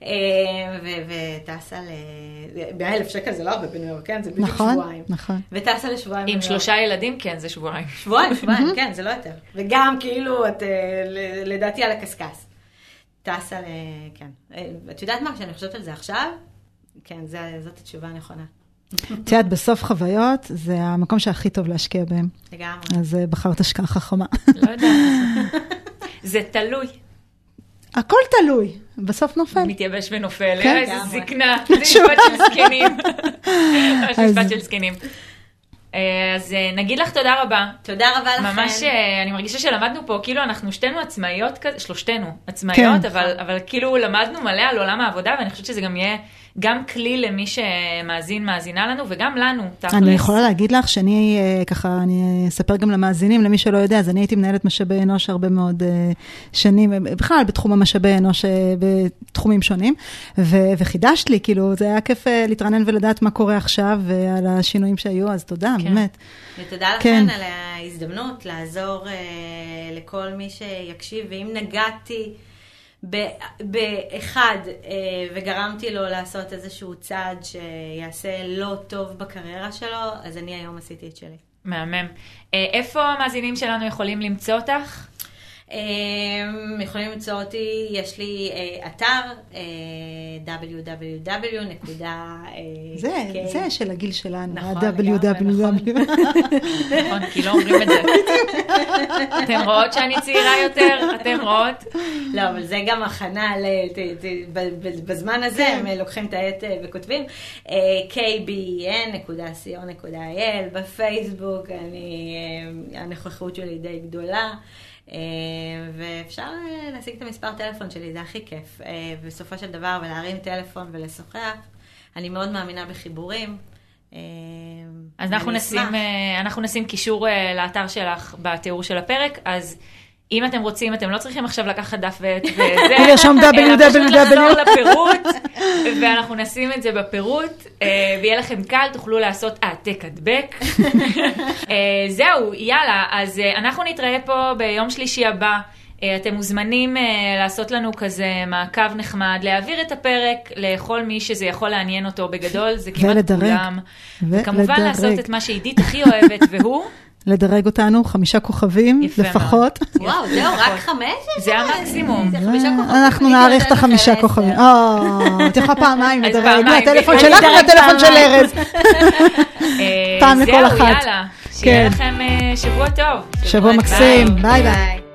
וטסה ב1,000 שקל זה לא הרבה בניו יורק, כן? זה בדיוק שבועיים. נכון. וטסה לשבועיים. עם 3 ילדים, כן, זה שבועיים. שבועיים, כן, זה לא יותר. וגם כאילו, לדעתי על הקסקס. טסה כן. את יודעת מה, כשאני חושבת על זה עכשיו? כן, זאת התשובה הנכונה. תיאת, בסוף חוויות, זה המקום שהכי טוב להשקיע בהם. לגמרי. אז בחרת השקעה חכמה. לא יודעת. זה תלוי. הכל תלוי. בסוף נופל. מתייבש ונופל. איזה זקנה. זה משפט של זקנים. ממש משפט של זקנים. אז נגיד לך תודה רבה. תודה רבה לכם. ממש, אני מרגישה שלמדנו פה, כאילו אנחנו שתינו עצמאיות, 3 עצמאיות, אבל כאילו למדנו מלא על עולם העבודה, ואני חושבת שזה גם יהיה גם כלי למי שמאזינה לנו, וגם לנו. אני יכולה להגיד לך שאני, ככה, אני אספר גם למאזינים, למי שלא יודע, אז אני הייתי מנהלת משאבי אנוש הרבה מאוד שנים, בכלל בתחום המשאבי אנוש, בתחומים שונים, וחידשת לי, כאילו, זה היה כיף להתרענן ולדעת מה קורה עכשיו, ועל השינויים שהיו, אז תודה, באמת. ותודה לכם על ההזדמנות לעזור לכל מי שיקשיב, ואם נגעתי באחד וגרמתי לו לעשות איזשהו צעד שיעשה לא טוב בקריירה שלו, אז אני היום עשיתי את שלי. מהמם. איפה המאזינים שלנו יכולים למצוא אותך? יכולים למצוא אותי, יש לי אתר, זה של הגיל שלנו, www. נכון, כי לא אומרים את זה. אתם רואות שאני צעירה יותר? אתם רואות? לא, אבל זה גם הכנה, בזמן הזה הם לוקחים את העט וכותבים, kben.co.il, בפייסבוק, הנוכחות שלי די גדולה, ואפשר להשיג את המספר טלפון שלי, זה הכי כיף. בסופו של דבר, ולהרים טלפון ולשוחח, אני מאוד מאמינה בחיבורים. אז אנחנו נשים קישור לאתר שלך בתיאור של הפרק, אז אם אתם רוצים, אתם לא צריכים עכשיו לקחת דף וזה, אלא פשוט לחזור לפירוט, ואנחנו נשים את זה בפירוט, ויהיה לכם קל, תוכלו לעשות העתק הדבק. זהו, יאללה, אז אנחנו נתראה פה ביום שלישי הבא, אתם מוזמנים לעשות לנו כזה מעקב נחמד, להעביר את הפרק לכל מי שזה יכול לעניין אותו בגדול, זה כמעט כולם, וכמובן לעשות את מה שעידית הכי אוהבת, והוא לדרג אותנו 5 כוכבים לפחות. וואו, זהו, רק 5? זה המקסימום. אנחנו נעריך את 5 כוכבים. את יכולה פעמיים לדרג, הטלפון שלך והטלפון של ארז. פעם לכל אחת. זהו, יאללה. שיהיה לכם שבוע טוב. שבוע מקסים. ביי ביי.